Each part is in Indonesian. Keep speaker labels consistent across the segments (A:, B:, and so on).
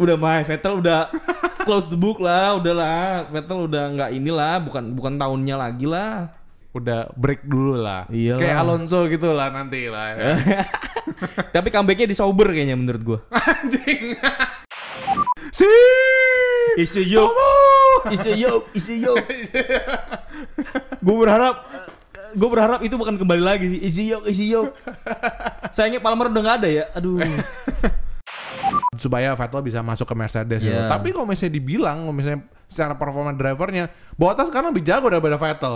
A: Udah Vettel udah close the book lah, udahlah. Vettel udah nggak inilah, bukan tahunnya lagi lah.
B: Udah break dulu lah.
A: Iyalah.
B: Kayak Alonso gitu lah nanti lah. Ya.
A: Tapi comebacknya di sober kayaknya menurut gue.
B: Anjing.
A: It's a yoke. Gue berharap itu bukan kembali lagi sih. Easy yoke. Sayangnya Palmer udah nggak ada ya. Aduh.
B: Supaya Vettel bisa masuk ke Mercedes gitu.
A: Yeah.
B: Tapi kalau misalnya dibilang, kalau misalnya secara performa drivernya, Bottas sekarang lebih jago daripada Vettel.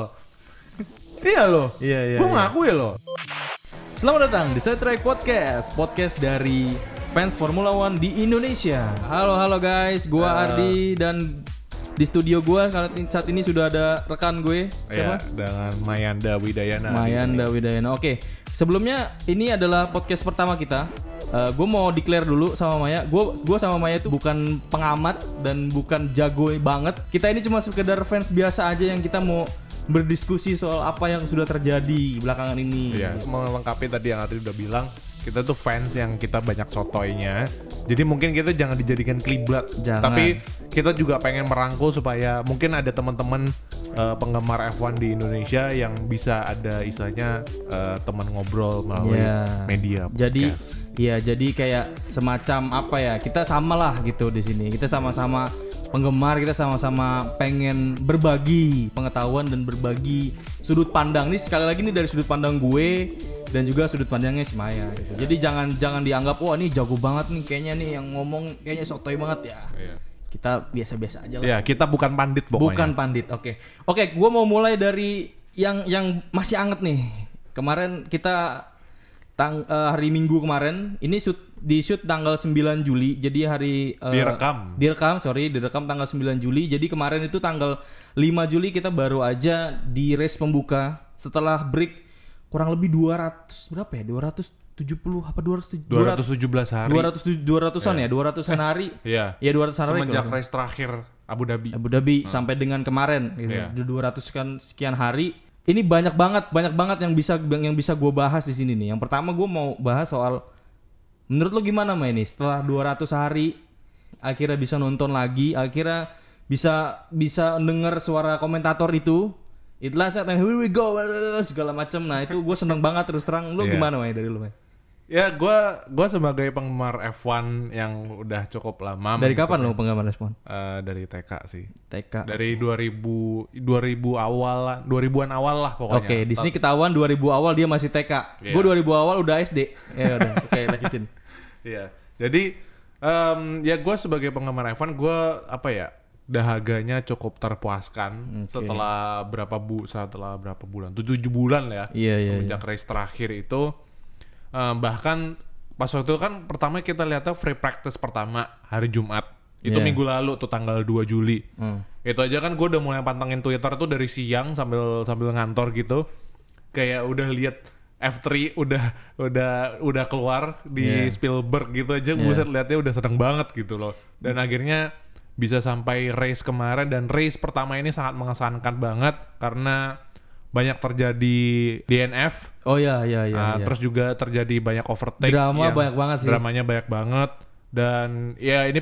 B: Iya loh.
A: Iya.
B: Gue ngakui loh.
A: Selamat datang di Sidetrack Podcast dari fans Formula One di Indonesia. Halo guys, gue Ardi dan di studio gue saat ini sudah ada rekan gue. Siapa?
B: Ya, dengan Mayanda
A: Widayana. Oke, sebelumnya ini adalah podcast pertama kita. Gue mau declare dulu sama Maya. Gue sama Maya itu bukan pengamat dan bukan jago banget. Kita ini cuma sekedar fans biasa aja yang kita mau berdiskusi soal apa yang sudah terjadi belakangan ini.
B: Iya, melengkapi tadi yang Ardi udah bilang. Kita tuh fans yang kita banyak sotoynya. Jadi mungkin kita jangan dijadikan kiblat. Tapi kita juga pengen merangkul supaya mungkin ada teman-teman penggemar F1 di Indonesia yang bisa ada istilahnya teman ngobrol melalui media podcast.
A: Jadi kayak semacam apa ya? Kita samalah gitu di sini. Kita sama-sama penggemar, kita sama-sama pengen berbagi pengetahuan dan berbagi sudut pandang. Nih sekali lagi nih dari sudut pandang gue dan juga sudut pandangnya si Maya gitu. Jadi jangan dianggap wah ini jago banget nih kayaknya nih yang ngomong kayaknya sotoy banget ya. Iya. Kita biasa-biasa aja lah.
B: Ya, kita bukan pandit pokoknya.
A: Bukan pandit. Oke, gue mau mulai dari yang masih anget nih. Kemarin kita hari Minggu kemarin ini di shoot tanggal 9 Juli. Jadi hari direkam tanggal 9 Juli. Jadi kemarin itu tanggal 5 Juli kita baru aja di race pembuka setelah break kurang lebih 200 berapa ya? 270 apa 217 hari. 200-an ya, 200-an hari.
B: Iya.
A: Ya 200-an hari.
B: Semenjak race terakhir Abu Dhabi
A: sampai dengan kemarin gitu. 200 sekian hari. Ini banyak banget yang bisa gue bahas di sini nih. Yang pertama gue mau bahas soal menurut lo gimana Mai ini setelah 200 hari akhirnya bisa nonton lagi, akhirnya bisa denger suara komentator itu. Itulah saat and here we go segala macam. Nah, itu gue seneng banget terus terang. Lo gimana Mai dari lo Mai?
B: Ya gue sebagai penggemar F1 yang udah cukup lama.
A: Dari kapan lo penggemar F1?
B: Dari TK sih.
A: TK.
B: Dari 2000 awal, 2000-an awal lah pokoknya.
A: Oke, di sini ketahuan 2000 awal dia masih TK. Gue 2000 awal udah SD. Ya udah, oke lanjutin. Iya.
B: Jadi ya gue sebagai penggemar F1 gue dahaganya cukup terpuaskan setelah berapa bulan? 7 bulan lah ya. Semenjak race terakhir itu. Bahkan pas waktu itu kan pertama kita lihatnya free practice pertama hari Jumat itu minggu lalu tuh tanggal 2 Juli. Itu aja kan gue udah mulai pantengin Twitter tuh dari siang sambil ngantor gitu, kayak udah lihat F3 udah keluar di Spielberg gitu aja. Buset liatnya udah seneng banget gitu loh. Dan akhirnya bisa sampai race kemarin, dan race pertama ini sangat mengesankan banget karena banyak terjadi DNF.
A: Oh iya.
B: Terus juga terjadi banyak overtake.
A: Banyak banget sih.
B: Dramanya banyak banget. Dan ya ini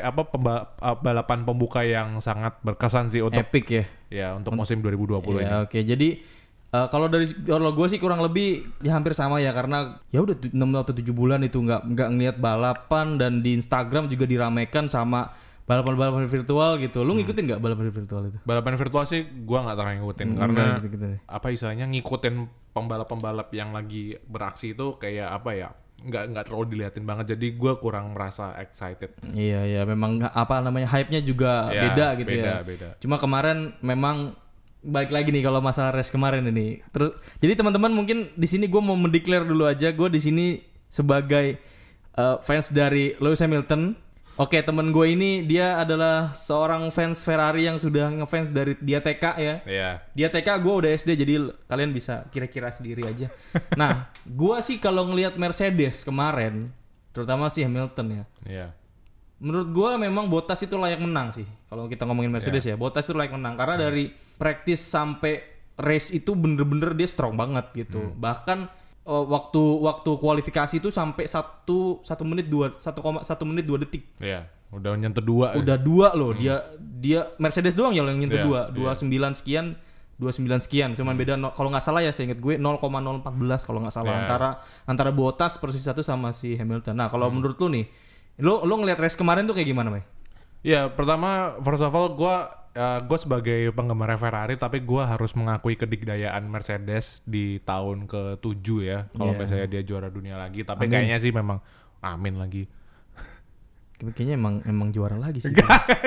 B: balapan pembuka yang sangat berkesan sih untuk
A: epic ya.
B: Ya, untuk musim 2020 ini.
A: Oke. Jadi kalau gue sih kurang lebih ya hampir sama ya, karena ya udah 6 atau 7 bulan itu nggak ngeliat balapan, dan di Instagram juga diramaikan sama balapan virtual gitu. Lu ngikutin nggak balapan virtual itu?
B: Balapan virtual sih gua nggak terlalu ngikutin karena apa istilahnya ngikutin pembalap yang lagi beraksi itu kayak apa ya, nggak terlalu diliatin banget, jadi gua kurang merasa excited.
A: Iya memang hype-nya juga beda gitu ya. Beda. Cuma kemarin memang balik lagi nih kalau masalah race kemarin ini. Terus jadi teman-teman mungkin di sini gua mau mendeklar dulu aja, gua di sini sebagai fans dari Lewis Hamilton. Oke, temen gue ini dia adalah seorang fans Ferrari yang sudah ngefans dari dia TK ya.
B: Iya.
A: Dia TK, gue udah SD, jadi kalian bisa kira-kira sendiri aja. Nah, gue sih kalau ngelihat Mercedes kemarin, terutama si Hamilton ya.
B: Iya.
A: Menurut gue memang Bottas itu layak menang sih. Kalau kita ngomongin Mercedes ya, Bottas itu layak menang karena dari practice sampai race itu bener-bener dia strong banget gitu. Bahkan waktu kualifikasi itu sampai 1 menit 2 detik.
B: Iya. Udah nyentuh 2.
A: Udah 2 loh. Dia Mercedes doang ya yang nyentuh 29 sekian. 29 sekian, cuman beda kalau nggak salah ya saya ingat gue 0,014 kalau nggak salah antara Bottas persis satu sama si Hamilton. Nah kalau menurut lu nih, lu ngelihat race kemarin tuh kayak gimana, May?
B: Ya pertama first of all gue sebagai penggemar Ferrari tapi gue harus mengakui kedikdayaan Mercedes di tahun ke-7 ya. Kalau misalnya dia juara dunia lagi, tapi kayaknya sih memang amin lagi.
A: Kayaknya emang juara lagi sih.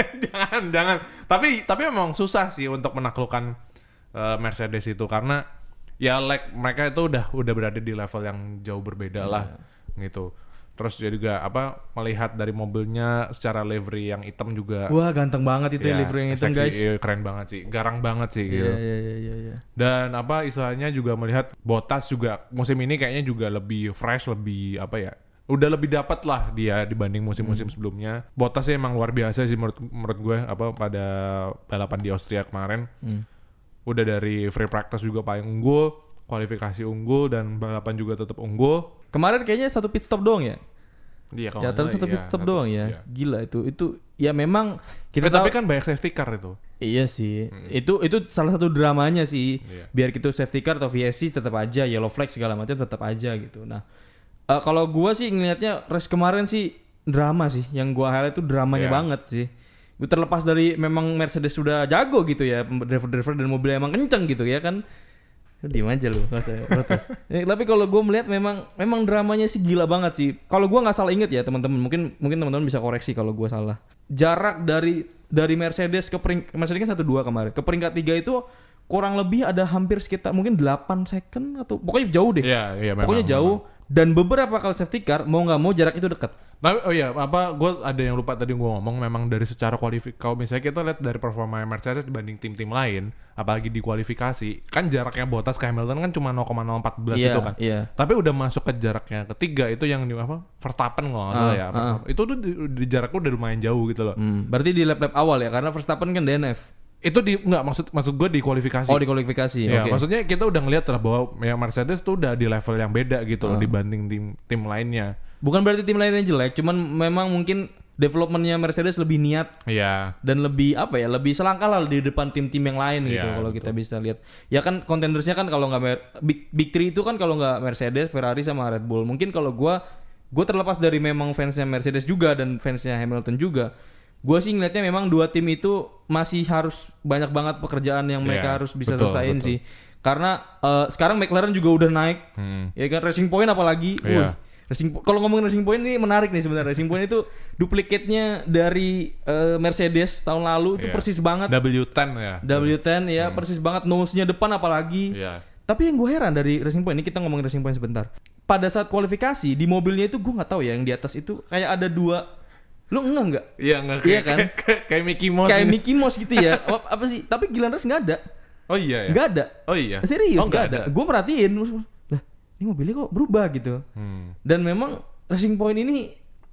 B: jangan. Tapi memang susah sih untuk menaklukkan Mercedes itu karena ya mereka itu udah berada di level yang jauh berbeda lah gitu. Terus dia juga melihat dari mobilnya secara livery yang hitam juga.
A: Wah ganteng banget itu livery yang hitam guys.
B: Keren banget sih, garang banget sih gitu.
A: Iya.
B: Dan istilahnya juga melihat Bottas juga musim ini kayaknya juga lebih fresh, lebih udah lebih dapat lah dia dibanding musim-musim sebelumnya. Bottas sih emang luar biasa sih menurut gue pada balapan di Austria kemarin. Udah dari free practice juga paling unggul, kualifikasi unggul, dan balapan juga tetap unggul.
A: Kemarin kayaknya satu pit stop doang ya?
B: Iya,
A: ya terus satu pit stop doang ya. Gila itu ya memang kita
B: tapi kan banyak safety car itu.
A: Iya sih. Itu salah satu dramanya sih. Biar gitu safety car atau VSC tetap aja, yellow flag segala macam tetap aja gitu. Nah, kalau gua sih ngelihatnya race kemarin sih drama sih. Yang gua highlight itu dramanya banget sih. Gue terlepas dari memang Mercedes sudah jago gitu ya, driver dan mobilnya emang kenceng gitu ya kan. Diem aja lu, nggak usah protes. Tapi kalau gue melihat memang dramanya sih gila banget sih. Kalau gue nggak salah inget ya teman-teman, mungkin teman-teman bisa koreksi kalau gue salah. Jarak dari Mercedes ke Mercedes kan 1-2 kemarin. Ke peringkat 3 itu kurang lebih ada hampir sekitar mungkin 8 second atau pokoknya jauh deh.
B: Iya,
A: pokoknya jauh. Dan beberapa kali safety car mau nggak mau jarak itu dekat.
B: Tapi gue ada yang lupa tadi gue ngomong, memang dari secara kualifikasi, kalau misalnya kita lihat dari performa Mercedes dibanding tim-tim lain, apalagi di kualifikasi, kan jaraknya Bottas ke Hamilton kan cuma 0,014 itu kan. Tapi udah masuk ke jaraknya ketiga itu yang Verstappen kalau nggak salah ya. Itu tuh di jaraknya udah lumayan jauh gitu loh.
A: Berarti di lap-lap awal ya, karena Verstappen kan DNF.
B: Itu maksud gue di kualifikasi.
A: Oh, di kualifikasi.
B: Ya, maksudnya kita udah ngelihat lah bahwa ya Mercedes tuh udah di level yang beda gitu dibanding tim lainnya.
A: Bukan berarti tim lainnya jelek, cuman memang mungkin developmentnya Mercedes lebih niat.
B: Iya.
A: Dan lebih lebih selangkah lah di depan tim-tim yang lain gitu kalau kita bisa lihat. Ya kan contendersnya kan kalau nggak Big Three itu kan kalau nggak Mercedes, Ferrari sama Red Bull. Mungkin kalau gue terlepas dari memang fansnya Mercedes juga dan fansnya Hamilton juga. Gue sih ngeliatnya memang dua tim itu masih harus banyak banget pekerjaan yang mereka harus bisa selesaiin sih. Karena sekarang McLaren juga udah naik, ya kan Racing Point apalagi. Kalau ngomongin Racing Point ini menarik nih sebenarnya. Racing Point itu duplikatnya dari Mercedes tahun lalu itu persis banget.
B: W10 ya.
A: W10 ya persis banget, nose-nya depan apalagi. Tapi yang gue heran dari Racing Point ini, kita ngomongin Racing Point sebentar. Pada saat kualifikasi di mobilnya itu gue nggak tahu ya, yang di atas itu kayak ada dua. Lu enggak?
B: Iya enggak.
A: Iya kan?
B: Kayak Mickey Mouse.
A: Kayak Mickey Mouse gitu ya. Apa sih? Tapi Giliran Race nggak ada.
B: Oh iya ya.
A: Nggak ada.
B: Oh iya.
A: Serius nggak ada. Gue perhatiin. Lah, ini mobilnya kok berubah gitu. Dan memang Racing Point ini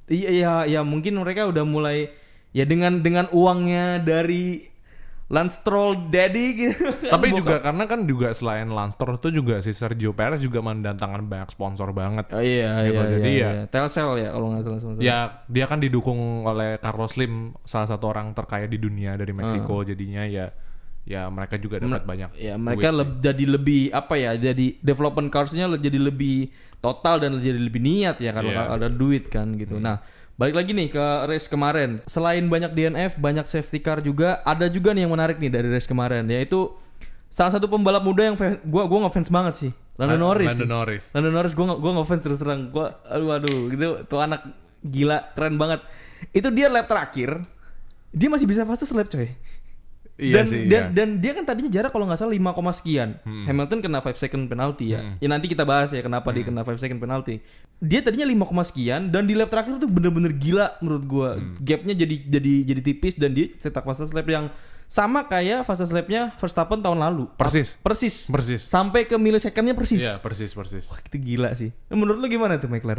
A: ya mungkin mereka udah mulai ya dengan uangnya dari Lance Stroll Daddy gitu.
B: Tapi juga karena kan juga selain Lance Stroll itu juga si Sergio Perez juga mendatangkan banyak sponsor banget.
A: Oh iya
B: gitu.
A: Iya.
B: Jadi
A: iya. Telcel ya kalau nggak salah.
B: Ya dia kan didukung oleh Carlos Slim, salah satu orang terkaya di dunia dari Meksiko. Jadinya ya mereka juga dapat banyak.
A: Ya mereka jadi lebih jadi development carsnya jadi lebih total dan jadi lebih niat ya karena ada duit kan gitu. Nah, balik lagi nih ke race kemarin. Selain banyak DNF, banyak safety car juga. Ada juga nih yang menarik nih dari race kemarin, yaitu salah satu pembalap muda yang gua ngefans banget sih. Lando Norris. Gua ngefans terus terang. Aduh gitu. Tuh anak gila, keren banget. Itu dia lap terakhir, dia masih bisa fastest lap coy.
B: Iya
A: Dan dia kan tadinya jarak kalau nggak salah 5, sekian. Hamilton kena 5 second penalty ya. Ya nanti kita bahas ya kenapa dia kena 5 second penalty. Dia tadinya 5, sekian dan di lap terakhir tuh bener-bener gila menurut gua. Gapnya jadi tipis dan dia cetak fastest lap yang sama kayak fastest lapnya Verstappen tahun lalu. Persis. Sampai ke milisecondnya persis.
B: Iya, persis.
A: Wah, itu gila sih. Menurut lu gimana tuh McLaren?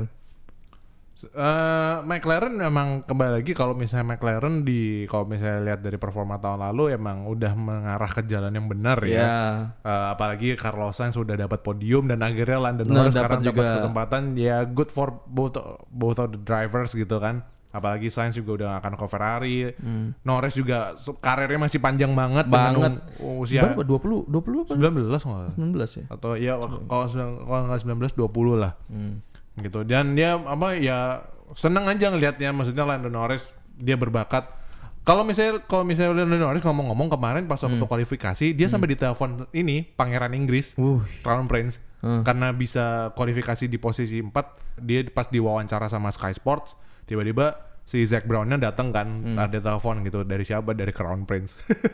B: McLaren memang kembali lagi kalau misalnya McLaren kalau misalnya lihat dari performa tahun lalu emang udah mengarah ke jalan yang benar ya. Apalagi Carlos Sainz sudah dapat podium dan akhirnya Lando Norris sekarang dapat kesempatan ya, good for both of the drivers gitu kan. Apalagi Sainz juga udah akan ke Ferrari. Norris juga karirnya masih panjang banget. Dengan usia
A: berapa? 20 apa?
B: 19 nggak?
A: 19 ya?
B: Atau ya kalau nggak 19 20 lah. Gitu. Dan dia ya seneng aja ngelihatnya. Maksudnya Lando Norris dia berbakat. Kalau misalnya Lando Norris ngomong-ngomong kemarin pas waktu kualifikasi dia sampai ditelepon ini pangeran Inggris, Crown Prince. Karena bisa kualifikasi di posisi 4, dia pas diwawancara sama Sky Sports, tiba-tiba si Zac Brown-nya datang kan, ada telepon gitu dari siapa, dari Crown Prince.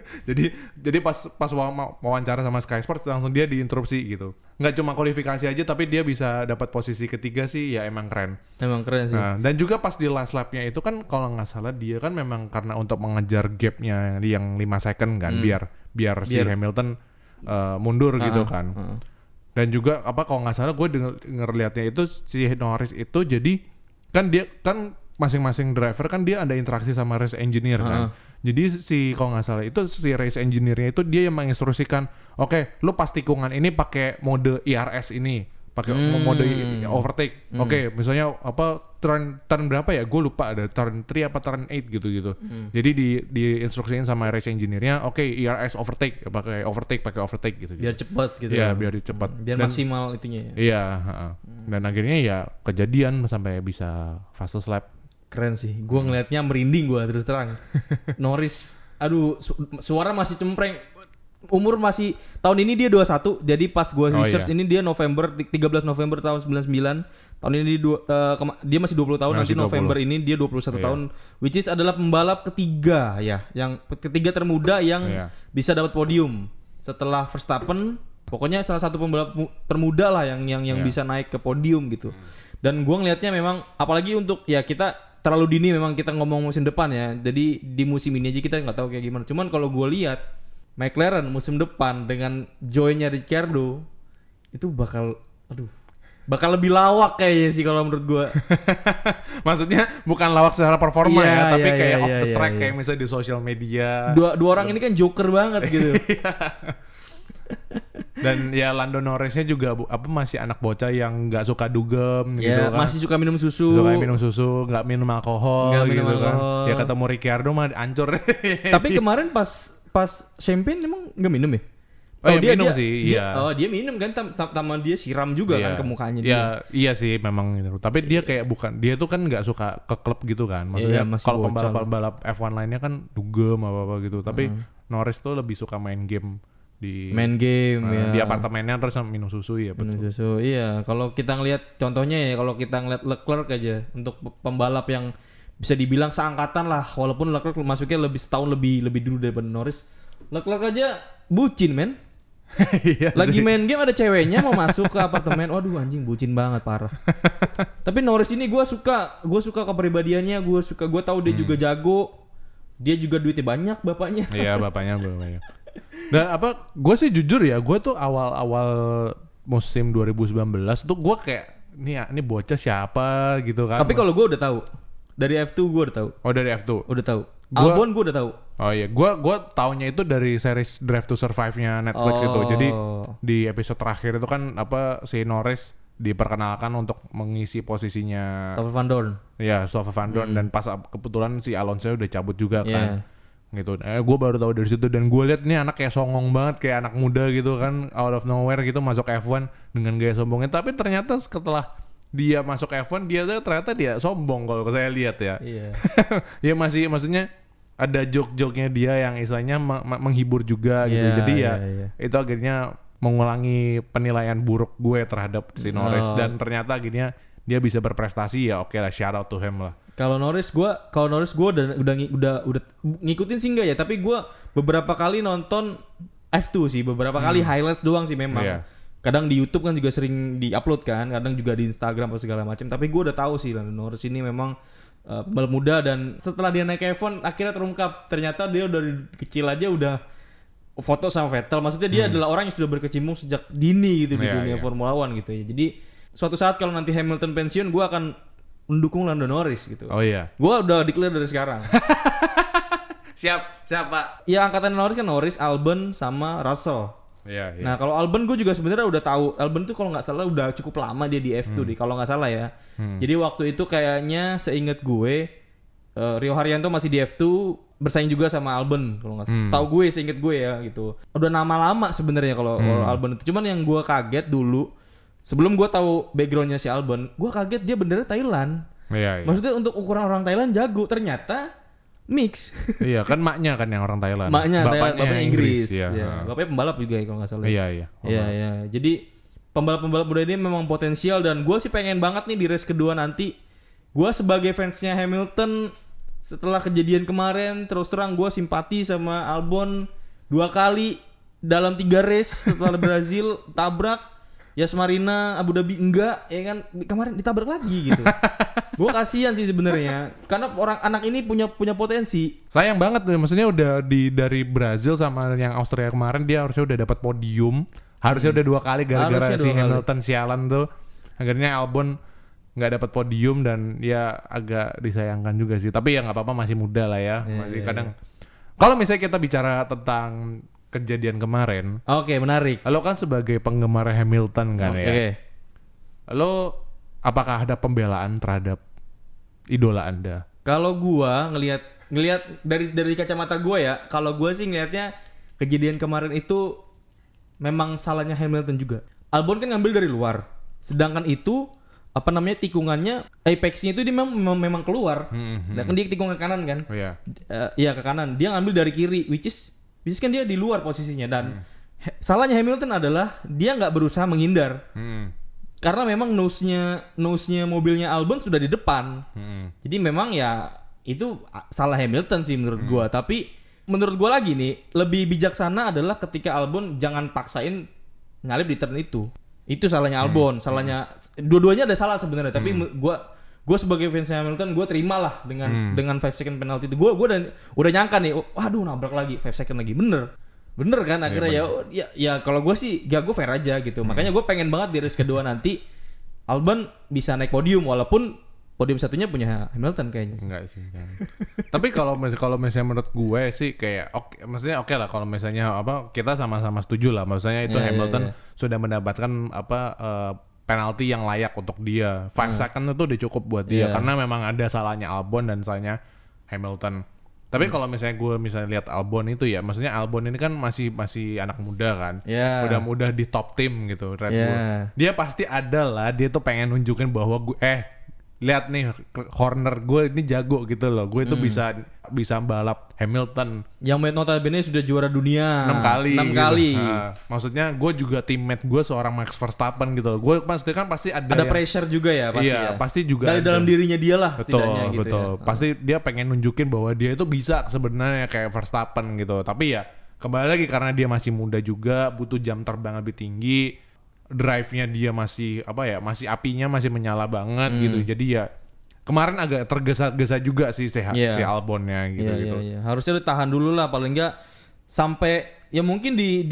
B: jadi pas wawancara sama Sky Sports langsung dia diinterupsi gitu. Nggak cuma kualifikasi aja tapi dia bisa dapat posisi ketiga sih, ya emang keren.
A: Emang keren sih.
B: Nah, dan juga pas di last lap-nya itu kan kalau nggak salah dia kan memang karena untuk mengejar gap-nya yang 5 second kan, biar si Hamilton mundur gitu kan. Dan juga kalau nggak salah gue denger liatnya itu si Norris itu jadi kan dia kan masing-masing driver kan dia ada interaksi sama race engineer kan. Jadi kalau nggak salah itu si race engineer-nya itu dia yang menginstruksikan, oke, lu pas tikungan ini pakai mode IRS ini, pakai mode overtake. Oke, misalnya turn berapa ya? Gue lupa, ada turn 3 apa turn 8 gitu. Jadi diinstruksiin sama race engineer-nya, oke, IRS overtake, pakai overtake gitu.
A: Biar cepat gitu.
B: Iya, biar cepat.
A: Biar maksimal itunya ya.
B: Iya, dan akhirnya ya kejadian sampai bisa fastest lap.
A: Keren sih, gue ngelihatnya merinding gue terus terang. Norris, aduh suara masih cempreng. Umur masih, tahun ini dia 21, jadi pas gue research ini dia 13 November tahun 99. Tahun ini dia masih 20 tahun, nanti
B: 20.
A: November ini dia 21 tahun. Which is adalah pembalap ketiga ya, yang ketiga termuda yang bisa dapat podium. Setelah Verstappen, pokoknya salah satu pembalap termuda lah yang bisa naik ke podium gitu. Dan gue ngelihatnya memang, apalagi untuk ya kita terlalu dini memang kita ngomong musim depan ya. Jadi di musim ini aja kita nggak tahu kayak gimana. Cuman kalau gue lihat McLaren musim depan dengan joy-nya Ricciardo itu bakal lebih lawak kayaknya sih kalau menurut gue.
B: Maksudnya bukan lawak secara performa tapi kayak off the track kayak misalnya di sosial media.
A: Dua orang ini kan joker banget gitu.
B: Dan ya Lando Norrisnya juga masih anak bocah yang nggak suka dugem gitu kan.
A: Masih suka minum susu,
B: nggak minum alkohol gitu kan. Ya ketemu Ricciardo mah hancur.
A: Tapi kemarin pas champagne emang nggak minum ya?
B: Dia minum sih, iya.
A: Dia minum kan, sama dia siram juga kan ke mukanya dia.
B: Iya sih memang gitu. Tapi dia kayak dia tuh kan nggak suka ke klub gitu kan. Maksudnya kalau pembalap F1 lainnya kan dugem apa gitu. Tapi Norris tuh lebih suka main game di apartemennya terus minum susu ya.
A: Minum susu, iya. Kalau kita ngelihat contohnya ya, kalau kita ngelihat Leclerc aja untuk pembalap yang bisa dibilang seangkatan lah, walaupun Leclerc masuknya setahun lebih dulu daripada Norris. Leclerc aja bucin men. Lagi main game ada ceweknya mau masuk ke apartemen, waduh anjing bucin banget parah. Tapi Norris ini gue suka kepribadiannya, gue tahu dia juga jago, dia juga duitnya banyak bapaknya.
B: Iya bapaknya. Dan gue sih jujur ya, gue tuh awal musim 2019 tuh gue kayak ini bocah siapa gitu kan.
A: Tapi kalau gue udah tahu dari F2 gue udah tahu.
B: Oh dari F2
A: udah tahu. Albon gue udah tahu.
B: Oh iya, gue taunya itu dari series Drive to Survive-nya Netflix itu. Jadi di episode terakhir itu kan si Norris diperkenalkan untuk mengisi posisinya
A: Stoffel Van Dorn.
B: Iya, Stoffel Van Dorn dan pas kebetulan si Alonso udah cabut juga kan. Gitu. Gue baru tahu dari situ dan gue liat nih anak kayak songong banget, kayak anak muda gitu kan, out of nowhere gitu masuk F1 dengan gaya sombongnya. Tapi ternyata setelah dia masuk F1 ternyata dia sombong kalau saya lihat ya. Iya. Ya maksudnya ada joke-joke-nya dia yang istilahnya menghibur juga gitu. Jadi itu akhirnya mengulangi penilaian buruk gue terhadap si Norris dan ternyata akhirnya dia bisa berprestasi ya oke lah, shout out to him lah.
A: Kalau Norris gue udah ngikutin sih enggak ya, tapi gue beberapa kali nonton F2 sih, beberapa kali highlights doang sih memang. Kadang di YouTube kan juga sering di-upload kan, kadang juga di Instagram atau segala macam. Tapi gue udah tahu sih Norris ini memang pembalap muda, dan setelah dia naik F1 akhirnya terungkap ternyata dia dari kecil aja udah foto sama Vettel. Maksudnya dia adalah orang yang sudah berkecimpung sejak dini gitu di dunia Formula One gitu ya. Jadi suatu saat kalau nanti Hamilton pensiun, gue akan mendukung Lando Norris gitu.
B: Oh iya.
A: Gue udah declare dari sekarang.
B: Siapa?
A: Ya angkatan Norris kan Norris, Albon sama Russell.
B: Iya.
A: Nah kalau Albon gue juga sebenarnya udah tahu. Albon tuh kalau nggak salah udah cukup lama dia di F2 deh, kalau nggak salah ya. Jadi waktu itu kayaknya seingat gue Rio Haryanto masih di F2 bersaing juga sama Albon kalau nggak salah. Tahu gue, seinget gue ya gitu. Udah nama lama sebenarnya kalau Albon itu. Cuman yang gue kaget dulu sebelum gue tahu backgroundnya si Albon, gue kaget dia benernya Thailand.
B: Iya.
A: Maksudnya untuk ukuran orang Thailand jago, ternyata mix.
B: Iya kan maknya kan yang orang Thailand.
A: Bapaknya Inggris.
B: Ya.
A: Bapaknya pembalap juga ya kalau nggak salah.
B: Iya.
A: Iya. Jadi pembalap-pembalap muda ini memang potensial dan gue sih pengen banget nih di race kedua nanti. Gue sebagai fansnya Hamilton setelah kejadian kemarin terus terang gue simpati sama Albon 2 kali dalam 3 race setelah Brazil tabrak. Yas Marina, Abu Dhabi enggak, ya kan kemarin ditabrak lagi gitu. Gue kasihan sih sebenarnya, karena anak ini punya potensi.
B: Sayang banget tuh, maksudnya udah dari Brazil sama yang Austria kemarin dia harusnya udah dapat podium, harusnya udah 2 kali gara-gara si Hamilton sialan tuh. Akhirnya Albon nggak dapat podium dan ya agak disayangkan juga sih. Tapi ya nggak apa-apa, masih muda lah ya, masih kadang. Kalau misalnya kita bicara tentang kejadian kemarin.
A: Oke, menarik.
B: Lo kan sebagai penggemar Hamilton kan ya. Lo apakah ada pembelaan terhadap idola Anda?
A: Kalau gua ngelihat dari kacamata gua ya, kalau gua sih ngelihatnya kejadian kemarin itu memang salahnya Hamilton juga. Albon kan ngambil dari luar. Sedangkan itu tikungannya apex-nya itu dia memang keluar. Dan kan dia tikung ke kanan kan?
B: Oh iya.
A: Iya ke kanan. Dia ngambil dari kiri which is kan dia di luar posisinya dan salahnya Hamilton adalah dia nggak berusaha menghindar karena memang nose-nya mobilnya Albon sudah di depan. Jadi memang ya itu salah Hamilton sih menurut gua. Tapi menurut gua lagi nih lebih bijaksana adalah ketika Albon jangan paksain nyalip di turn itu. Itu salahnya Albon, salahnya dua-duanya ada salah sebenarnya. Tapi gue sebagai fans Hamilton gue terimalah dengan 5 second penalty itu. Gue udah nyangka nih, waduh nabrak lagi 5 second lagi, bener kan akhirnya ya kalau gue sih gue fair aja gitu. Makanya gue pengen banget di race kedua nanti Albon bisa naik podium walaupun podium satunya punya Hamilton kayaknya.
B: Enggak sih. Tapi kalau misalnya menurut gue sih kayak maksudnya oke lah kalau misalnya kita sama-sama setuju lah, maksudnya itu Hamilton sudah mendapatkan penalti yang layak untuk dia. 5 second itu udah cukup buat dia karena memang ada salahnya Albon dan salahnya Hamilton. Tapi kalau misalnya gue lihat Albon itu ya, maksudnya Albon ini kan masih anak muda kan. Udah di top tim gitu Red Bull. Dia pasti ada lah, dia tuh pengen nunjukin bahwa lihat nih corner gue ini jago gitu loh. Gue itu bisa balap Hamilton.
A: Yang notabene sudah juara dunia
B: 6 kali.
A: 6 kali.
B: Maksudnya gue juga teammate gue seorang Max Verstappen gitu loh. Gue pasti kan ada
A: pressure juga ya pasti.
B: Iya,
A: ya.
B: Pasti juga
A: dari dalam dirinya dia lah setidaknya gitu.
B: Betul. Pasti dia pengen nunjukin bahwa dia itu bisa sebenarnya kayak Verstappen gitu. Tapi ya kembali lagi karena dia masih muda juga, butuh jam terbang lebih tinggi. Drive-nya dia masih masih apinya masih menyala banget gitu. Jadi ya kemarin agak tergesa-gesa juga sih si Albonnya gitu.
A: Iya. Harusnya ditahan dulu lah paling enggak sampai ya mungkin di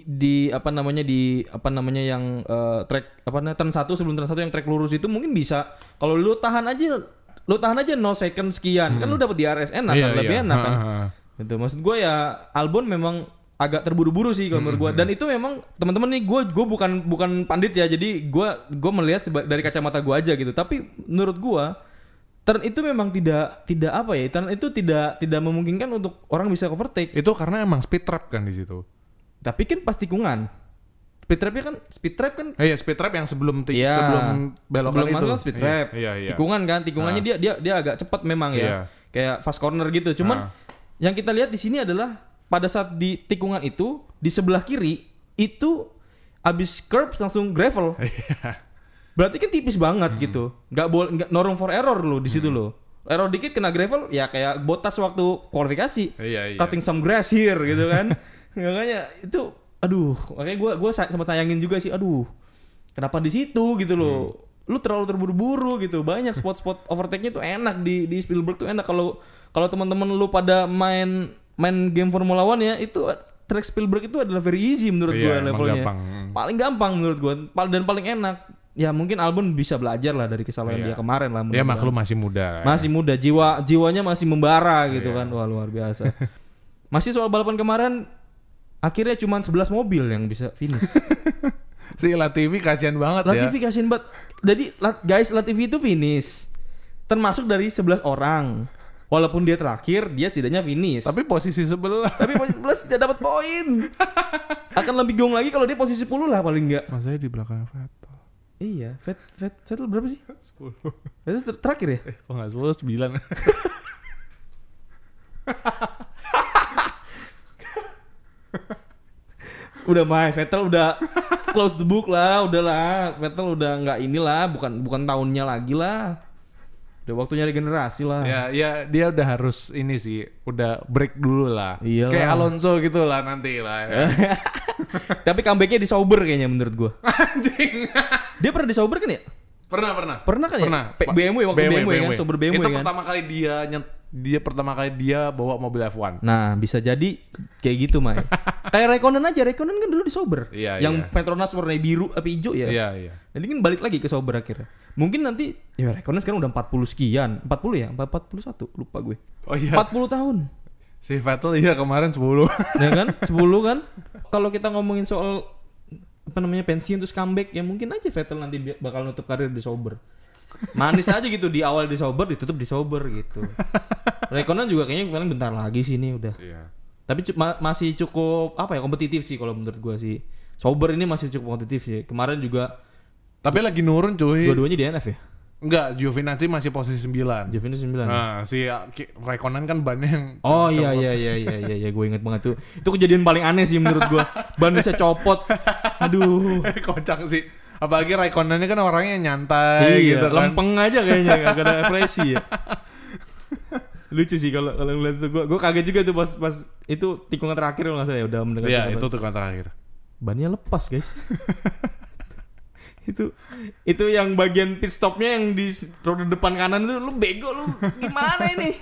A: yang track turn 1 sebelum turn 1 yang track lurus itu mungkin bisa kalau lu tahan aja 0 second sekian kan lu dapat DRS enak kan lebih enak kan. Gitu. Maksud gue ya Albon memang agak terburu-buru sih kalau menurut gue dan itu memang teman-teman nih gue bukan pandit ya jadi gue melihat dari kacamata gue aja gitu tapi menurut gue turn itu memang tidak turn itu tidak memungkinkan untuk orang bisa overtake
B: itu karena emang speed trap kan di situ
A: tapi kan pas tikungan speed trap kan
B: speed trap yang sebelum belokan itu
A: speed trap tikungan kan tikungannya dia agak cepat memang ya kayak fast corner gitu cuman yang kita lihat di sini adalah pada saat di tikungan itu di sebelah kiri itu abis curb langsung gravel. Berarti kan tipis banget gitu. Nggak no room for error lo di situ lo. Error dikit kena gravel ya kayak Bottas waktu kualifikasi. Cutting some grass here gitu kan. Makanya itu makanya gue sempat sayangin juga sih. Kenapa di situ gitu lo. Lu terlalu terburu-buru gitu. Banyak spot-spot overtake-nya tuh enak di Spielberg tuh enak kalau teman-teman lu pada main game Formula One ya itu track Spielberg itu adalah very easy menurut gue levelnya paling gampang menurut gue dan paling enak ya mungkin Albon bisa belajar lah dari kesalahan dia kemarin lah
B: ya maklum masih muda
A: jiwanya masih membara gitu kan wah luar biasa masih soal balapan kemarin akhirnya cuma 11 mobil yang bisa finish.
B: Si Latifi kasihan banget
A: kasihan banget jadi guys Latifi itu finish termasuk dari 11 orang Walaupun dia terakhir, dia setidaknya finish.
B: Tapi posisi 11.
A: Tapi posisi 11 tidak dapat poin. Akan lebih gong lagi kalau dia posisi 10 lah paling enggak.
B: Masanya di belakang Vettel.
A: Iya, Vettel berapa sih?
B: 10.
A: Vettel terakhir ya?
B: Kok enggak 10, 9.
A: Udah Vettel udah close the book lah, udahlah. Vettel udah nggak inilah, bukan tahunnya lagi lah. Udah waktunya regenerasi lah.
B: Ya dia udah harus ini sih, udah break dulu lah.
A: Iyalah.
B: Kayak Alonso gitu lah nanti lah. Ya.
A: Tapi comebacknya di Sauber kayaknya menurut gua.
B: Anjing.
A: Dia pernah di Sauber kan ya?
B: Pernah
A: Kan ya? BMW waktu BMW kan, Sauber BMW
B: itu
A: kan.
B: pertama kali dia bawa mobil F1.
A: Nah, bisa jadi kayak gitu, Mai. Kayak Raikkonen kan dulu di Sauber.
B: Iya,
A: yang Petronas warna biru apa hijau ya.
B: Iya.
A: Jadi kan balik lagi ke Sauber akhirnya. Mungkin nanti ya Raikkonen sekarang udah 40 sekian. 40 ya? 41, lupa gue.
B: Oh iya.
A: 40 tahun.
B: Si Vettel iya kemarin 10.
A: Ya kan? 10 kan? Kalau kita ngomongin soal pensiun terus comeback, ya mungkin aja Vettel nanti bakal nutup karir di Sauber. Manis aja gitu, di awal di Sauber, ditutup di Sauber gitu. Raikkonen juga kayaknya paling bentar lagi sih ini udah.
B: Iya.
A: Tapi masih cukup kompetitif sih kalau menurut gua sih. Sauber ini masih cukup kompetitif sih. Kemarin juga.
B: Tapi lagi nurun cuy.
A: Dua-duanya di DNF ya?
B: Enggak, Giovinazzi masih posisi 9.
A: Giovinazzi 9.
B: Nah, si Raikkonen kan bannya yang
A: oh iya, gue inget banget tuh. Itu kejadian paling aneh sih menurut gua. Ban bisa copot. Aduh.
B: Kocak sih. Apalagi Raikkonennya kan orangnya nyantai gitu kan.
A: Lempeng aja kayaknya, gak ada ekspresi ya. Lucu sih kalau ngeliat itu, gue kaget juga tuh pas itu tikungan terakhir kalau nggak salah ya, udah mendekati.
B: Iya, itu tikungan terakhir.
A: Bannya lepas guys. itu yang bagian pit stopnya yang di roda depan kanan itu, lu bego lu gimana ini?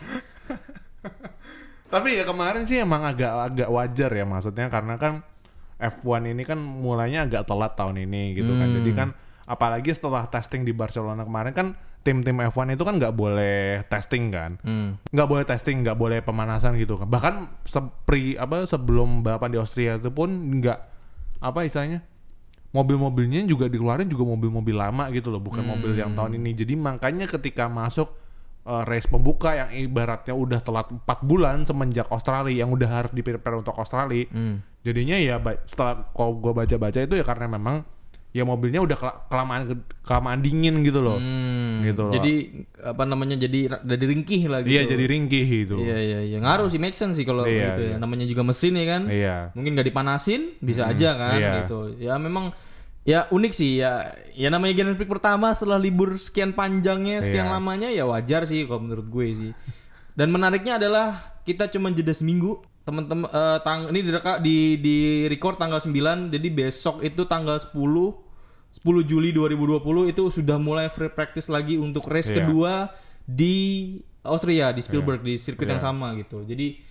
B: Tapi ya kemarin sih emang agak wajar ya, maksudnya karena kan F1 ini kan mulainya agak telat tahun ini gitu kan. Jadi kan apalagi setelah testing di Barcelona kemarin kan tim-tim F1 itu kan nggak boleh testing kan. Nggak boleh testing, nggak boleh pemanasan gitu kan. Bahkan sebelum balapan di Austria itu pun nggak istilahnya, mobil-mobilnya juga dikeluarin juga mobil-mobil lama gitu loh, bukan mobil yang tahun ini. Jadi makanya ketika masuk race pembuka yang ibaratnya udah telat 4 bulan semenjak Australia, yang udah harus di-prepare untuk Australia. Jadinya ya setelah kalau gue baca-baca itu ya karena memang ya mobilnya udah kelamaan dingin gitu loh. Gitu loh.
A: Jadi jadi ringkih lah gitu.
B: Iya, jadi ringkih gitu.
A: Iya. Ngaruh sih, make sense sih kalau gitu ya. Namanya juga mesin ya kan.
B: Iya.
A: Mungkin nggak dipanasin bisa aja kan gitu. Ya memang ya unik sih ya. Ya namanya Grand Prix pertama setelah libur sekian panjangnya, sekian lamanya, ya wajar sih kalau menurut gue sih. Dan menariknya adalah kita cuma jeda seminggu. Teman-teman ini di record tanggal 9, jadi besok itu tanggal 10 Juli 2020 itu sudah mulai free practice lagi untuk race kedua di Austria, di Spielberg, di sirkuit yang sama gitu. Jadi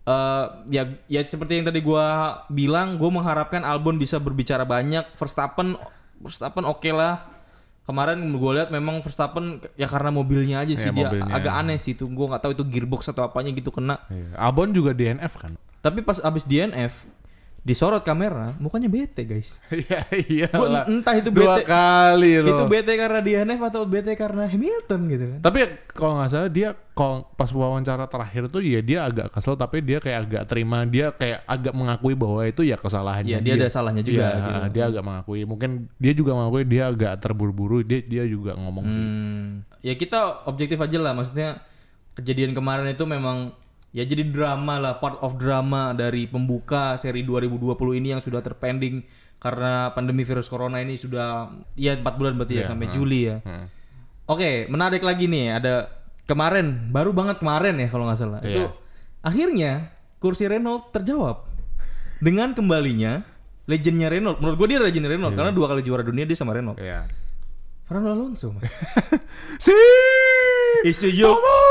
A: ya seperti yang tadi gua bilang, gua mengharapkan Albon bisa berbicara banyak. Verstappen oke lah. Kemarin gue lihat memang Verstappen ya karena mobilnya aja sih, dia agak aneh sih itu. Gue nggak tahu itu gearbox atau apanya gitu kena.
B: Albon juga DNF kan.
A: Tapi pas abis DNF disorot kamera, mukanya bete guys.
B: Iya.
A: Gua entah itu bete
B: 2 kali loh.
A: Itu bete karena DNF atau bete karena Hamilton gitu kan.
B: Tapi kalau nggak salah dia pas wawancara terakhir tuh ya dia agak kesel, tapi dia kayak agak terima, dia kayak agak mengakui bahwa itu ya kesalahannya.
A: Dia ada salahnya juga.
B: Ya, gitu. Dia agak mengakui. Mungkin dia juga mengakui dia agak terburu-buru. Dia juga ngomong sih.
A: Ya kita objektif aja lah, maksudnya kejadian kemarin itu memang ya jadi drama lah, part of drama dari pembuka seri 2020 ini yang sudah terpending karena pandemi virus corona ini sudah 4 bulan berarti ya sampai Juli ya. Oke, menarik lagi nih, ada baru banget kemarin ya kalau nggak salah. Itu akhirnya kursi Renault terjawab dengan kembalinya legendnya Renault. Menurut gue dia legendnya Renault karena 2 kali juara dunia dia sama Renault. Fernando Alonso. It's a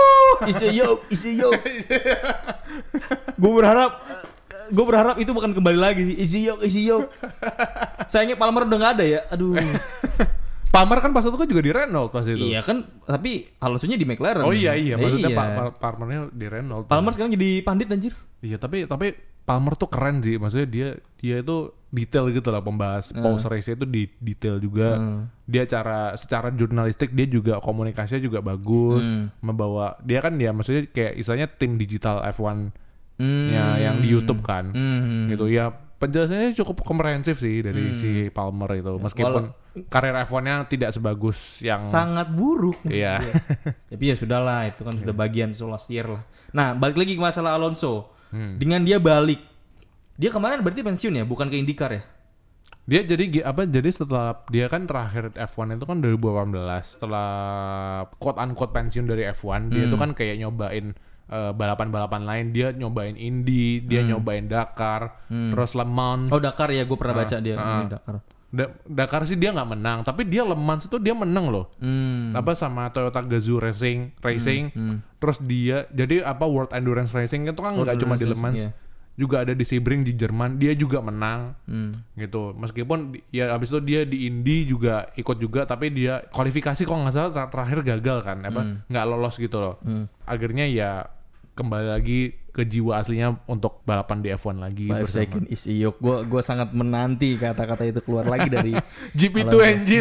A: yoke. Gue berharap itu bukan kembali lagi sih. Easy yoke. Sayangnya Palmer udah nggak ada ya. Aduh.
B: Palmer kan pas itu kan juga di Renault pas itu.
A: Iya kan, tapi Alonso-nya di McLaren.
B: Oh iya. Maksudnya Palmernya di Renault.
A: Palmer sekarang jadi pandit anjir.
B: Iya, tapi Palmer tuh keren sih, maksudnya dia itu detail gitu lah, pembahas pose race itu di detail juga. Dia secara jurnalistik dia juga komunikasinya juga bagus, membawa dia kan dia maksudnya kayak istilahnya tim digital F1 yang di YouTube kan, gitu ya. Penjelasannya cukup komprehensif sih dari si Palmer itu, meskipun karir F1-nya tidak sebagus yang
A: sangat buruk.
B: Iya.
A: Tapi ya sudahlah, itu kan sudah bagian last year lah. Nah, balik lagi ke masalah Alonso. Dengan dia balik, dia kemarin berarti pensiun ya, bukan ke IndyCar ya?
B: Dia jadi setelah dia kan terakhir F1 itu kan 2018, setelah quote unquote pensiun dari F1, dia itu kan kayak nyobain balapan-balapan lain. Dia nyobain Indy, dia nyobain Dakar, terus Le Mans.
A: Oh, Dakar ya, gue pernah baca dia Dakar.
B: Dakar sih dia nggak menang, tapi dia Le Mans itu dia menang loh. Sama Toyota Gazoo Racing. Terus dia jadi World Endurance Racing itu kan nggak cuma di Le Mans, juga ada di Sebring di Jerman, dia juga menang. Gitu. Meskipun ya abis itu dia di Indy juga ikut juga, tapi dia kualifikasi kok nggak salah terakhir gagal kan, nggak lolos gitu loh. Akhirnya ya kembali lagi ke jiwa aslinya untuk balapan di F1 lagi.
A: 5 second is iyok. Gue sangat menanti kata-kata itu keluar lagi dari
B: GP2 engine.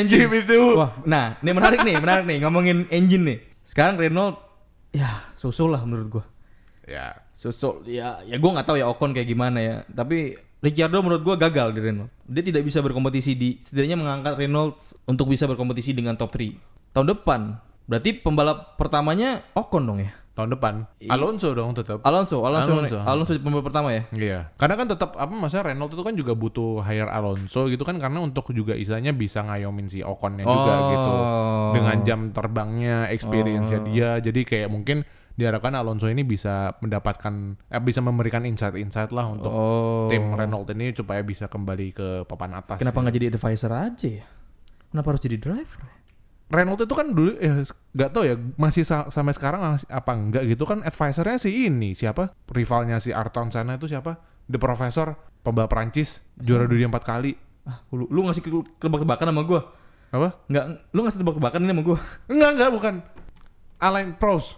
A: Wah, nah ini menarik nih ngomongin engine nih. Sekarang Renault ya susul lah menurut gue.
B: Ya.
A: Susul ya gue nggak tahu ya Ocon kayak gimana ya. Tapi Ricciardo menurut gue gagal di Renault. Dia tidak bisa berkompetisi setidaknya mengangkat Renault untuk bisa berkompetisi dengan top 3 tahun depan. Berarti pembalap pertamanya Ocon dong ya?
B: Tahun depan Alonso dong tetap.
A: Alonso pembalap pertama ya?
B: Iya. Karena kan tetap maksudnya Renault itu kan juga butuh hire Alonso gitu kan, karena untuk juga istilahnya bisa ngayomin si Oconnya juga gitu. Dengan jam terbangnya, experience-nya dia. Jadi kayak mungkin diharapkan Alonso ini bisa mendapatkan bisa memberikan insight lah untuk tim Renault ini supaya bisa kembali ke papan atas.
A: Kenapa nggak jadi advisor aja ya? Kenapa harus jadi driver?
B: Renault itu kan dulu nggak tahu ya masih sampai sekarang apa enggak gitu kan, advisornya si ini siapa, rivalnya si Ayrton Senna itu siapa, The Professor, pembalap Prancis, juara dunia 4 kali.
A: Lu ngasih tebak-tebakan sama gue?
B: Apa?
A: Enggak, lu ngasih tebak-tebakan ini sama gue?
B: Enggak, bukan. Alain Prost.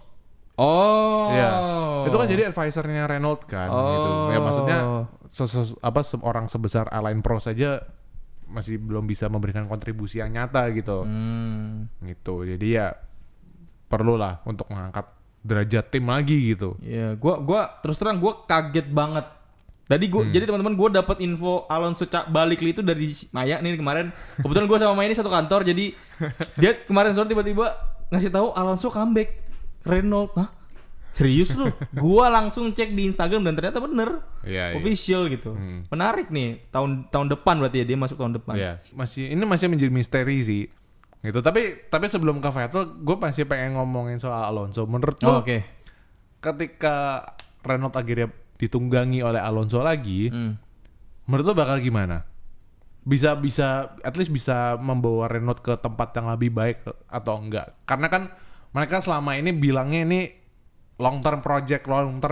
B: Ya, itu kan jadi advisornya Renault kan, gitu. Ya maksudnya orang sebesar Alain Prost aja masih belum bisa memberikan kontribusi yang nyata gitu. Gitu. Jadi ya perlulah untuk mengangkat derajat tim lagi gitu.
A: Iya, gua terus terang gua kaget banget. Tadi jadi teman-teman gua dapat info Alonso balik itu dari Maya nih kemarin. Kebetulan gua sama Maya ini satu kantor, jadi dia kemarin sore tiba-tiba ngasih tahu Alonso comeback Renault. Hah? Serius lu? Gua langsung cek di Instagram dan ternyata bener. Official gitu. Menarik nih. Tahun depan berarti ya, dia masuk tahun depan.
B: Iya. Ini masih menjadi misteri sih. Gitu. Tapi sebelum ke Vettel, gue masih pengen ngomongin soal Alonso. Menurut lo, ketika Renault akhirnya ditunggangi oleh Alonso lagi, menurut lo bakal gimana? Bisa at least bisa membawa Renault ke tempat yang lebih baik atau enggak? Karena kan mereka selama ini bilangnya ini long term project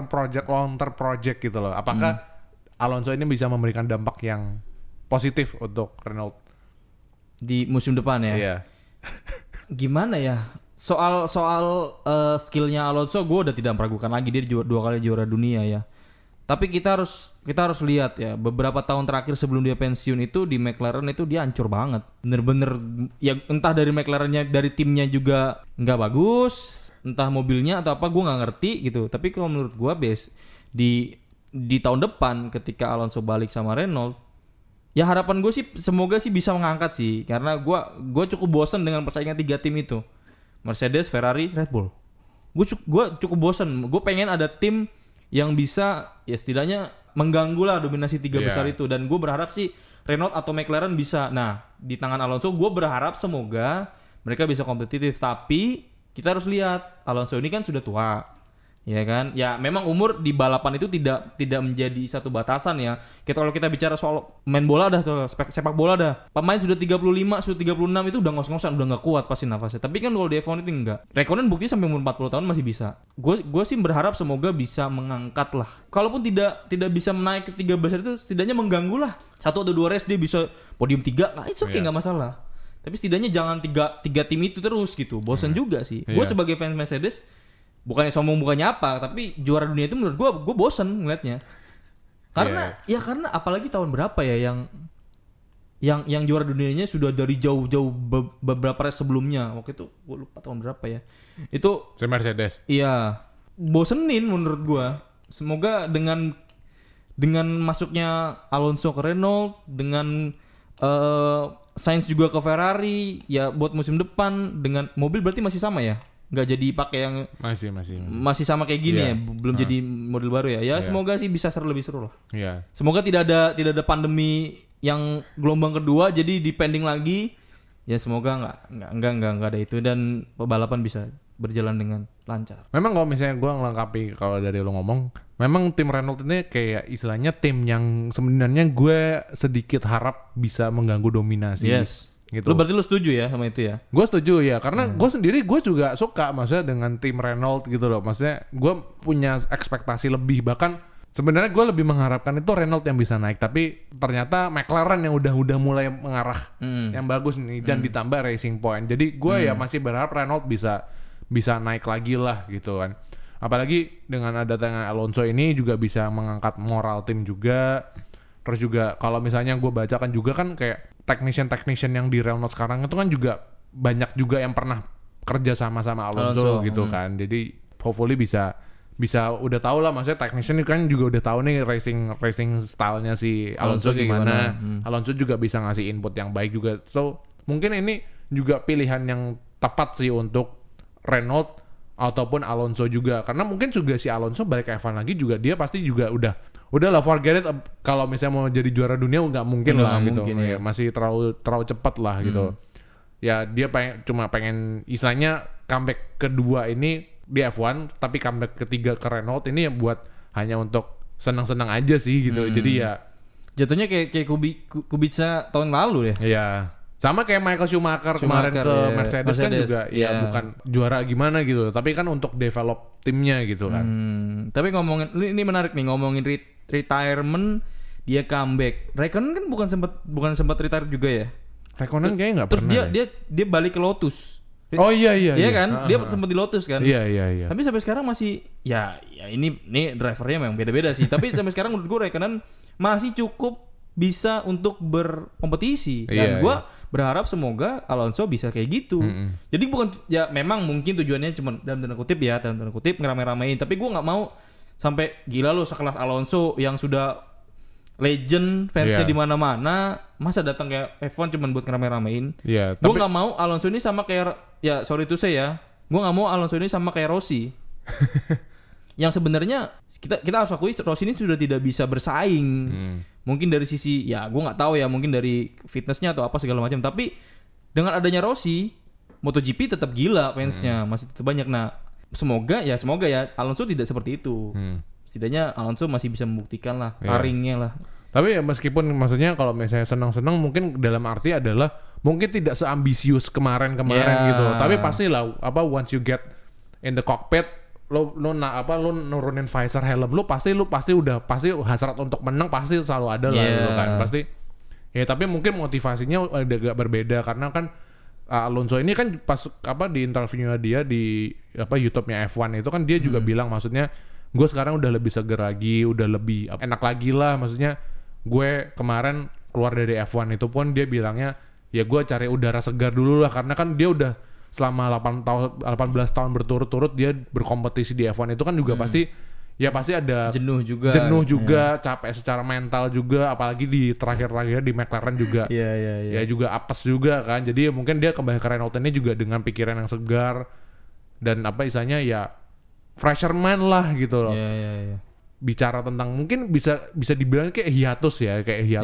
B: gitu loh. Apakah Alonso ini bisa memberikan dampak yang positif untuk Renault
A: di musim depan ya?
B: Iya.
A: Gimana ya? Soal skillnya Alonso, gue udah tidak meragukan lagi, dia 2 kali juara dunia ya. Tapi kita harus lihat ya, beberapa tahun terakhir sebelum dia pensiun itu di McLaren itu dia hancur banget. Bener-bener ya, entah dari McLarennya, dari timnya juga nggak bagus, entah mobilnya atau apa, gue nggak ngerti gitu. Tapi kalau menurut gue di tahun depan ketika Alonso balik sama Renault, ya harapan gue sih semoga sih bisa mengangkat sih, karena gue cukup bosan dengan persaingan 3 tim itu, Mercedes, Ferrari, Red Bull. Gue cukup bosan. Gue pengen ada tim yang bisa ya setidaknya mengganggu lah dominasi 3 besar itu, dan gue berharap sih Renault atau McLaren bisa. Nah di tangan Alonso gue berharap semoga mereka bisa kompetitif, tapi kita harus lihat Alonso ini kan sudah tua, ya kan? Ya memang umur di balapan itu tidak menjadi satu batasan ya. Kalau kita bicara soal main bola dah, sepak bola dah, pemain sudah 35, sudah 36 itu udah ngos-ngosan, udah nggak kuat pasti nafasnya. Tapi kan kalau di F1 itu enggak. Raikkonen bukti sampai umur 40 tahun masih bisa. Gue sih berharap semoga bisa mengangkat lah. Kalaupun tidak bisa menaik ke 3 besar itu, setidaknya mengganggu lah. 1 atau 2 race dia bisa podium 3, nah itu nggak masalah. Tapi setidaknya jangan tiga tim itu terus gitu. Bosan juga sih. Gue sebagai fans Mercedes, bukannya sombong bukannya apa, tapi juara dunia itu menurut gue bosan ngeliatnya. Karena apalagi tahun berapa ya yang juara dunianya sudah dari jauh-jauh beberapa race sebelumnya. Waktu itu gue lupa tahun berapa ya. Itu
B: Mercedes.
A: Iya. Bosenin menurut gue. Semoga dengan masuknya Alonso ke Renault, dengan Sainz juga ke Ferrari, ya buat musim depan dengan mobil berarti masih sama ya? Nggak jadi pakai yang masih sama kayak gini ya, belum jadi model baru ya. Semoga sih bisa lebih seru lah. Semoga tidak ada pandemi yang gelombang kedua jadi dipending lagi. Ya semoga nggak ada itu dan balapan bisa berjalan dengan lancar.
B: Memang kalau misalnya gue ngelengkapi kalau dari lo ngomong, memang tim Renault ini kayak istilahnya tim yang sebenarnya gue sedikit harap bisa mengganggu dominasi.
A: Yes.
B: Gitu.
A: Berarti lo setuju ya sama itu ya?
B: Gue setuju ya, karena gue sendiri gue juga suka maksudnya dengan tim Renault gitu loh. Maksudnya gue punya ekspektasi lebih, bahkan sebenarnya gue lebih mengharapkan itu Renault yang bisa naik, tapi ternyata McLaren yang udah mulai mengarah yang bagus nih dan ditambah Racing Point. Jadi gue ya masih berharap Renault bisa naik lagi lah gitu kan. Apalagi dengan ada tangan Alonso ini juga bisa mengangkat moral tim juga. Terus juga kalau misalnya gue baca kan juga kan kayak technician yang di Renault sekarang itu kan juga banyak juga yang pernah kerja sama Alonso gitu kan. Jadi hopefully bisa udah tahu lah, maksudnya technician kan juga udah tahu nih racing stylenya si Alonso gimana. Alonso juga bisa ngasih input yang baik juga. So mungkin ini juga pilihan yang tepat sih untuk Renault ataupun Alonso juga, karena mungkin juga si Alonso balik ke F1 lagi juga dia pasti juga udahlah forget it, kalau misalnya mau jadi juara dunia nggak mungkin lah gitu. Ya. Masih terlalu cepat lah gitu. Ya dia cuma pengen istilahnya comeback kedua ini di F1, tapi comeback ketiga ke Renault ini yang buat hanya untuk senang-senang aja sih gitu. Jadi ya
A: jatuhnya kayak Kubica tahun lalu ya.
B: Iya. Sama kayak Michael Schumacher kemarin ke Mercedes kan juga ya bukan juara gimana gitu, tapi kan untuk develop timnya gitu kan.
A: Tapi ngomongin ini menarik nih, ngomongin retirement, dia comeback. Raikkonen kan bukan sempat retire juga ya?
B: Raikkonen kayaknya nggak pernah.
A: Terus dia balik ke Lotus.
B: Oh iya
A: kan? Dia sempat di Lotus kan?
B: Iya.
A: Tapi sampai sekarang masih ya ini drivernya memang beda-beda sih. Tapi sampai sekarang menurut gue Raikkonen masih cukup bisa untuk berkompetisi. Dan gue berharap semoga Alonso bisa kayak gitu. Jadi bukan ya memang mungkin tujuannya cuma dalam tanda kutip ngerame-ramein. Tapi gue nggak mau sampai gila lo sekelas Alonso yang sudah legend, fansnya di mana-mana, masa datang kayak F1 cuma buat ngerame-ramein. Gue nggak mau Alonso ini sama kayak sorry to say ya, gue nggak mau Alonso ini sama kayak Rossi. Yang sebenarnya kita harus akui Rossi ini sudah tidak bisa bersaing. Mungkin dari sisi ya gue nggak tahu ya, mungkin dari fitnessnya atau apa segala macam. Tapi dengan adanya Rossi, MotoGP tetap gila fansnya, masih tetap banyak. Nah semoga ya Alonso tidak seperti itu. Setidaknya Alonso masih bisa membuktikan lah taringnya lah.
B: Tapi ya meskipun maksudnya kalau misalnya senang-senang mungkin dalam arti adalah mungkin tidak seambisius kemarin gitu. Tapi pastilah once you get in the cockpit, lo nurunin visor helm lo pasti hasrat untuk menang pasti selalu ada lah gitu kan. Pasti. Ya tapi mungkin motivasinya agak berbeda karena kan Alonso ini kan pas di interviewnya dia di YouTube-nya F1 itu kan dia juga bilang, maksudnya gue sekarang udah lebih seger lagi, udah lebih enak lagi lah. Maksudnya gue kemarin keluar dari F1 itu pun dia bilangnya ya gue cari udara segar dulu lah, karena kan dia udah selama 18 tahun berturut-turut dia berkompetisi di F1 itu kan juga pasti ada
A: jenuh juga,
B: capek secara mental juga, apalagi di terakhir di McLaren juga. Ya juga apes juga kan. Jadi mungkin dia kembali ke Renault ini juga dengan pikiran yang segar dan istilahnya ya fresher mind lah gitu loh. Bicara tentang mungkin bisa dibilang kayak hiatus 2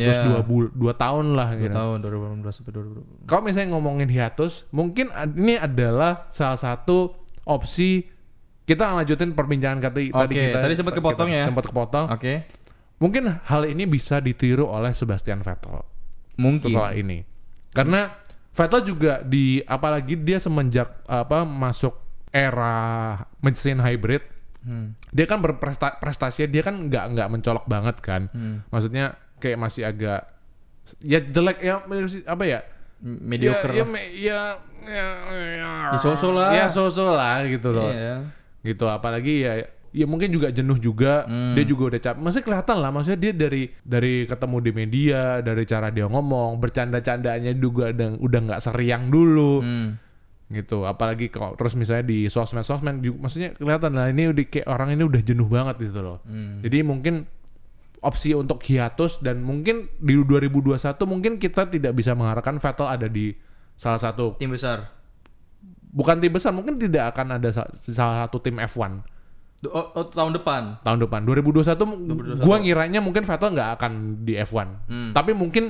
B: tahun lah gitu. 2
A: tahun 2018 sampai 2020.
B: Kalau misalnya ngomongin hiatus, mungkin ini adalah salah satu opsi. Kita lanjutin perbincangan tadi
A: sempat kepotong ya.
B: Sempat kepotong.
A: Oke.
B: Mungkin hal ini bisa ditiru oleh Sebastian Vettel.
A: Mungkin
B: setelah ini. Karena Vettel juga apalagi dia semenjak masuk era mesin hybrid, dia kan berprestasinya dia kan nggak mencolok banget kan. Maksudnya kayak masih agak ya jelek ya
A: mediocre.
B: So-so lah gitu loh. Gitu apalagi ya mungkin juga jenuh juga, dia juga udah capek. Maksudnya kelihatan lah, maksudnya dia dari ketemu di media, dari cara dia ngomong, bercanda-candaannya juga udah nggak seriang dulu. Gitu, apalagi kalau terus misalnya di sosmed maksudnya kelihatan lah ini udah kayak orang ini udah jenuh banget gitu loh. Jadi mungkin opsi untuk hiatus, dan mungkin di 2021 mungkin kita tidak bisa mengharapkan Vettel ada di salah satu
A: tim besar.
B: Bukan tim besar, mungkin tidak akan ada salah satu tim F1.
A: Tahun depan.
B: 2021 gua ngiranya mungkin Vettel nggak akan di F1. Tapi mungkin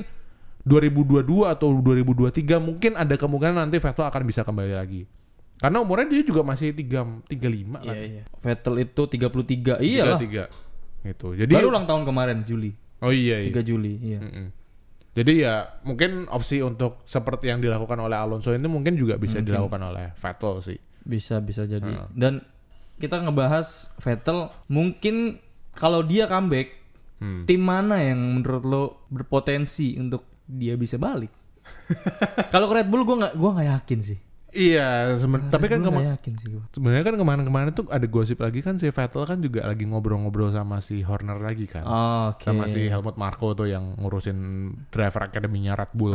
B: 2022 atau 2023 mungkin ada kemungkinan nanti Vettel akan bisa kembali lagi. Karena umurnya dia juga masih 35 kan.
A: Iya. Vettel itu 33. Iyalah.
B: 33. Gitu. Jadi
A: baru ulang tahun kemarin Juli.
B: Oh iya.
A: 3 Juli, iya.
B: Jadi ya mungkin opsi untuk seperti yang dilakukan oleh Alonso ini mungkin juga bisa dilakukan oleh Vettel sih.
A: Bisa jadi. Dan kita ngebahas Vettel, mungkin kalau dia comeback, tim mana yang menurut lo berpotensi untuk dia bisa balik? Kalau ke Red Bull gua nggak yakin sih.
B: Iya, tapi kan sebenarnya kan kemarin tuh ada gosip lagi kan, si Vettel kan juga lagi ngobrol-ngobrol sama si Horner lagi kan. Sama si Helmut Marko tuh yang ngurusin driver academy-nya Red Bull.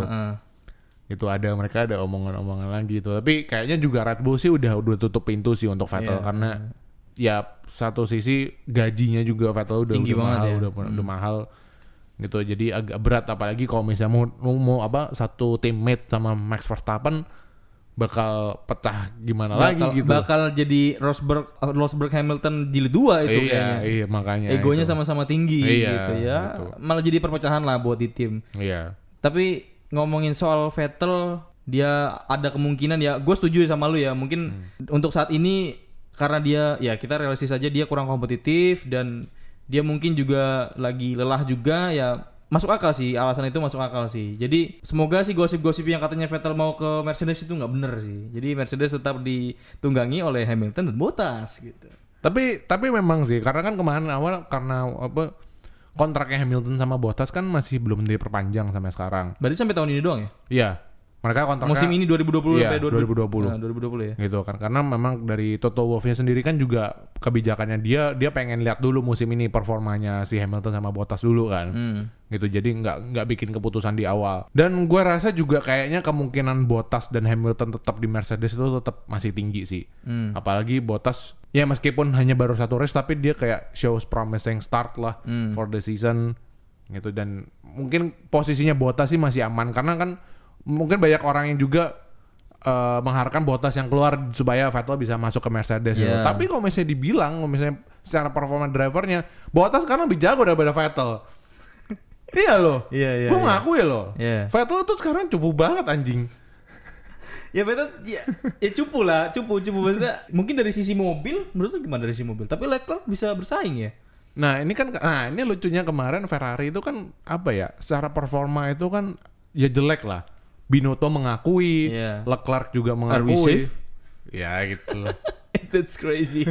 B: Itu mereka ada omongan-omongan lagi gitu. Tapi kayaknya juga Red Bull sih udah tutup pintu sih untuk Vettel, karena ya satu sisi gajinya juga Vettel udah mahal, udah mahal gitu. Jadi agak berat, apalagi kalau misalnya mau satu teammate sama Max Verstappen bakal pecah gimana lagi gitu.
A: Bakal jadi Rosberg Hamilton jilid 2 itu kayaknya.
B: Iya, makanya.
A: Egonya sama-sama tinggi gitu ya.
B: Gitu.
A: Malah jadi perpecahan lah buat di tim.
B: Iya.
A: Tapi ngomongin soal Vettel, dia ada kemungkinan ya, gue setuju sama lu ya. Mungkin untuk saat ini karena dia, ya kita realistis saja dia kurang kompetitif dan dia mungkin juga lagi lelah juga ya. Masuk akal sih, alasan itu masuk akal sih. Jadi semoga sih gosip-gosip yang katanya Vettel mau ke Mercedes itu nggak bener sih. Jadi Mercedes tetap ditunggangi oleh Hamilton dan Bottas gitu.
B: Tapi memang sih, karena kan kemarin awal karena kontraknya Hamilton sama Bottas kan masih belum diperpanjang sampai sekarang.
A: Berarti sampai tahun ini doang ya?
B: Iya. Mereka kontraknya
A: musim ini 2020 sampai
B: 2020.
A: Nah, 2020 ya.
B: Gitu kan. Karena memang dari Toto Wolff-nya sendiri kan juga kebijakannya dia pengen lihat dulu musim ini performanya si Hamilton sama Bottas dulu kan. Gitu. Jadi nggak bikin keputusan di awal. Dan gue rasa juga kayaknya kemungkinan Bottas dan Hamilton tetap di Mercedes itu tetap masih tinggi sih. Apalagi Bottas ya meskipun hanya baru satu race tapi dia kayak shows promising start lah for the season gitu. Dan mungkin posisinya Bottas sih masih aman karena kan mungkin banyak orang yang juga mengharapkan Bottas yang keluar supaya Vettel bisa masuk ke Mercedes gitu. Tapi kalau misalnya dibilang, kalau misalnya secara performa drivernya, Bottas sekarang lebih jago daripada Vettel. Iya loh. Gue ngakui loh. Vettel tuh sekarang cupu banget anjing.
A: Ya Vettel ya cupu lah, cupu maksudnya. Mungkin dari sisi mobil, menurut lu gimana dari sisi mobil? Tapi Leclerc bisa bersaing ya.
B: Nah ini lucunya kemarin Ferrari itu kan apa ya? Secara performa itu kan ya jelek lah. Binotto mengakui, Leclerc juga mengakui.
A: Are we safe?
B: Ya gitu loh.
A: That's crazy.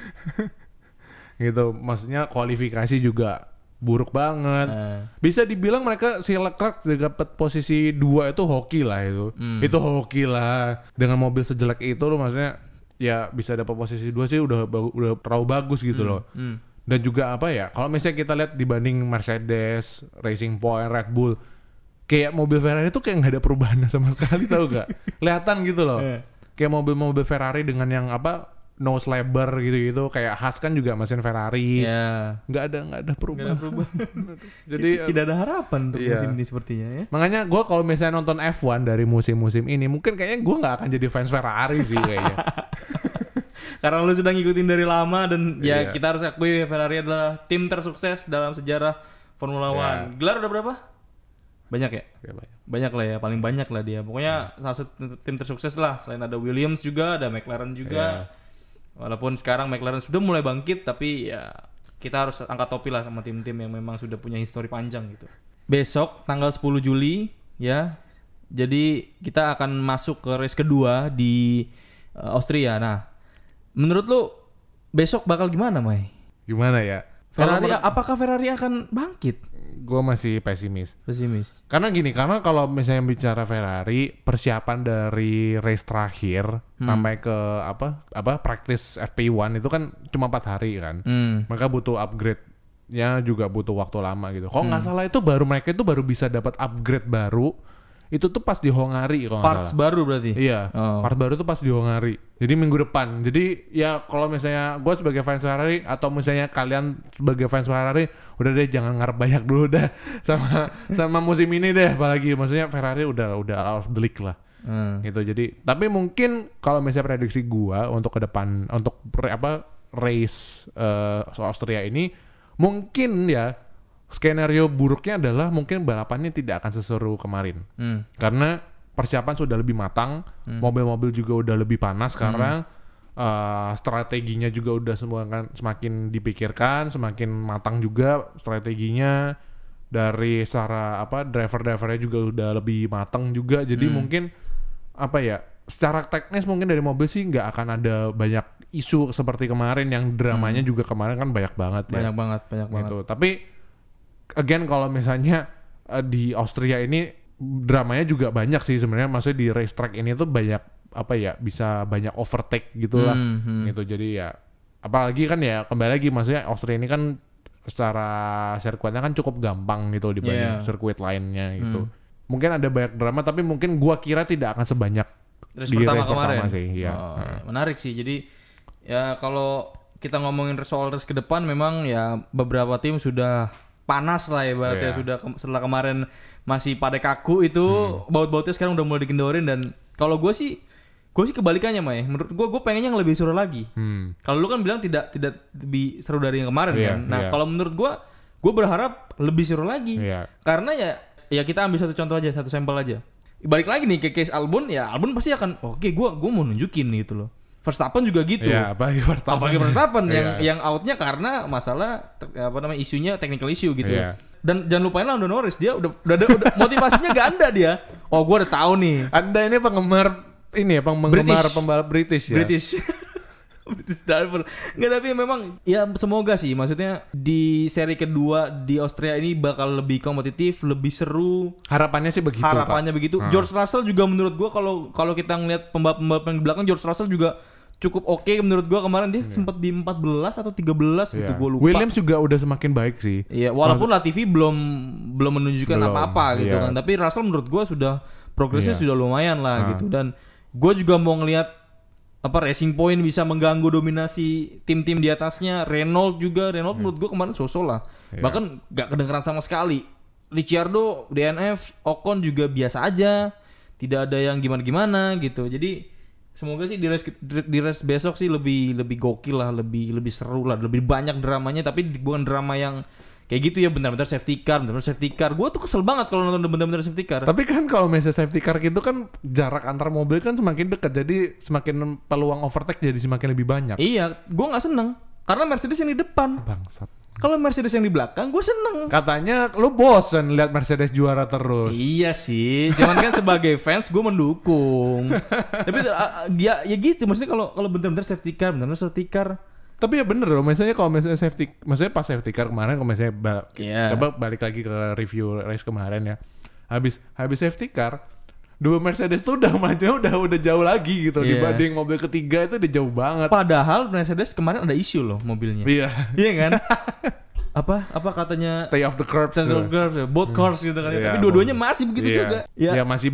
B: Gitu, maksudnya kualifikasi juga buruk banget. Bisa dibilang mereka si Leclerc dapat posisi 2 itu hoki lah itu. Itu hoki lah. Dengan mobil sejelek itu loh, maksudnya ya bisa dapat posisi 2 sih udah terlalu bagus gitu loh. Dan juga apa ya? Kalau misalnya kita lihat dibanding Mercedes, Racing Point, Red Bull, kayak mobil Ferrari itu kayak nggak ada perubahan sama sekali, tau gak? Kelihatan gitu loh. Kayak mobil-mobil Ferrari dengan yang nose lebar gitu-gitu, kayak Haas kan juga mesin Ferrari. Nggak ada perubahan. Jadi
A: tidak ada harapan untuk musim ini sepertinya ya.
B: Makanya gue kalau misalnya nonton F1 dari musim-musim ini, mungkin kayaknya gue nggak akan jadi fans Ferrari sih kayaknya.
A: Karena lu sudah ngikutin dari lama dan ya kita harus akui Ferrari adalah tim tersukses dalam sejarah Formula One. Gelar udah berapa? Banyak ya? Banyak lah ya, paling banyak lah dia. Pokoknya salah satu tim tersukses lah. Selain ada Williams juga, ada McLaren juga. Walaupun sekarang McLaren sudah mulai bangkit, tapi ya kita harus angkat topi lah sama tim-tim yang memang sudah punya histori panjang gitu. Besok tanggal 10 Juli ya. Jadi kita akan masuk ke race kedua di Austria. Nah, menurut lu besok bakal gimana, Mai?
B: Gimana ya?
A: Apakah Ferrari akan bangkit?
B: Gue masih pesimis.
A: Pesimis.
B: Karena kalau misalnya bicara Ferrari, persiapan dari race terakhir sampai ke practice FP1 itu kan cuma 4 hari kan. Mereka butuh upgrade-nya juga butuh waktu lama gitu. Kalau nggak salah itu mereka baru bisa dapat upgrade baru. Itu tuh pas di Hongari kalau nggak salah.
A: Parts baru berarti?
B: Iya, parts baru tuh pas di Hongari. Jadi minggu depan. Jadi ya kalau misalnya gue sebagai fans Ferrari atau misalnya kalian sebagai fans Ferrari, udah deh jangan ngarep banyak dulu dah sama musim ini deh. Apalagi maksudnya Ferrari udah out of the league lah. Gitu. Jadi tapi mungkin kalau misalnya prediksi gue untuk ke depan untuk race Austria ini mungkin ya. Skenario buruknya adalah mungkin balapannya tidak akan seseru kemarin. Karena persiapan sudah lebih matang, mobil-mobil juga udah lebih panas karena strateginya juga udah semua kan semakin dipikirkan, semakin matang juga strateginya dari secara driver-drivernya juga udah lebih matang juga. Jadi mungkin secara teknis mungkin dari mobil sih nggak akan ada banyak isu seperti kemarin yang dramanya juga kemarin kan banyak banget ya.
A: Banyak banget.
B: Tapi again kalau misalnya di Austria ini dramanya juga banyak sih sebenarnya, maksudnya di racetrack ini tuh banyak bisa banyak overtake gitulah gitu. Jadi ya apalagi kan ya kembali lagi maksudnya Austria ini kan secara sirkuitnya kan cukup gampang gitu dibanding sirkuit lainnya gitu. Mungkin ada banyak drama tapi mungkin gua kira tidak akan sebanyak
A: race
B: di
A: pertama
B: race
A: kemarin
B: pertama sih. Ya.
A: Menarik sih. Jadi ya kalau kita ngomongin soal race ke depan memang ya beberapa tim sudah panas lah ibaratnya sudah setelah kemarin masih pada kaku itu baut-bautnya sekarang udah mulai digendorin. Dan kalau gue sih kebalikannya Mai. Menurut gue pengennya yang lebih seru lagi. Kalau lu kan bilang tidak lebih seru dari yang kemarin kan. Nah kalau menurut gue berharap lebih seru lagi karena ya kita ambil satu contoh aja, satu sampel aja. Balik lagi nih ke case Albon, ya Albon pasti akan oke, gue mau nunjukin gitu loh. Verstappen juga gitu.
B: Apalagi Verstappen
A: yang outnya karena masalah isunya technical issue gitu. Dan jangan lupain Lando Norris, dia udah motivasinya gak ada dia. Oh, gue udah tahu nih.
B: Anda ini penggemar pembalap British ya.
A: British driver. Enggak, tapi memang ya semoga sih, maksudnya di seri kedua di Austria ini bakal lebih kompetitif, lebih seru.
B: Harapannya sih begitu.
A: Begitu. George Russell juga menurut gua kalau kita ngeliat pembalap yang di belakang, George Russell juga cukup oke menurut gua. Kemarin dia sempat di 14 atau 13 gitu, gua lupa.
B: Williams juga udah semakin baik sih.
A: Iya, walaupun Latifi belum menunjukkan apa-apa gitu kan. Tapi Russell menurut gua sudah progresnya sudah lumayan lah gitu. Dan gua juga mau ngelihat Racing Point bisa mengganggu dominasi tim-tim di atasnya. Renault menurut gue kemarin sosok lah. Bahkan gak kedengeran sama sekali. Ricciardo, DNF, Ocon juga biasa aja. Tidak ada yang gimana-gimana gitu. Jadi semoga sih di race besok sih lebih gokil lah, lebih seru lah, lebih banyak dramanya. Tapi bukan drama yang kayak gitu ya, benar-benar safety car. Gue tuh kesel banget kalau nonton benar-benar safety car.
B: Tapi kan kalau misalnya safety car gitu kan jarak antar mobil kan semakin dekat, jadi semakin peluang overtake jadi semakin lebih banyak.
A: Iya, gue nggak seneng karena Mercedes yang di depan.
B: Bangsat.
A: Kalau Mercedes yang di belakang, gue seneng.
B: Katanya lu bosen lihat Mercedes juara terus.
A: Iya sih, cuman kan sebagai fans gue mendukung. Tapi ya gitu, maksudnya kalau benar-benar safety car.
B: Tapi ya bener loh, maksudnya pas safety car kemarin, kalau misalnya coba balik lagi ke review race kemarin ya. Habis safety car, dua Mercedes tuh udah jauh lagi gitu dibanding mobil ketiga itu udah jauh banget.
A: Padahal Mercedes kemarin ada isu loh mobilnya. Iya kan? apa katanya
B: stay off the curb,
A: both cars gitu kan. Tapi dua-duanya masih begitu juga.
B: Ya masih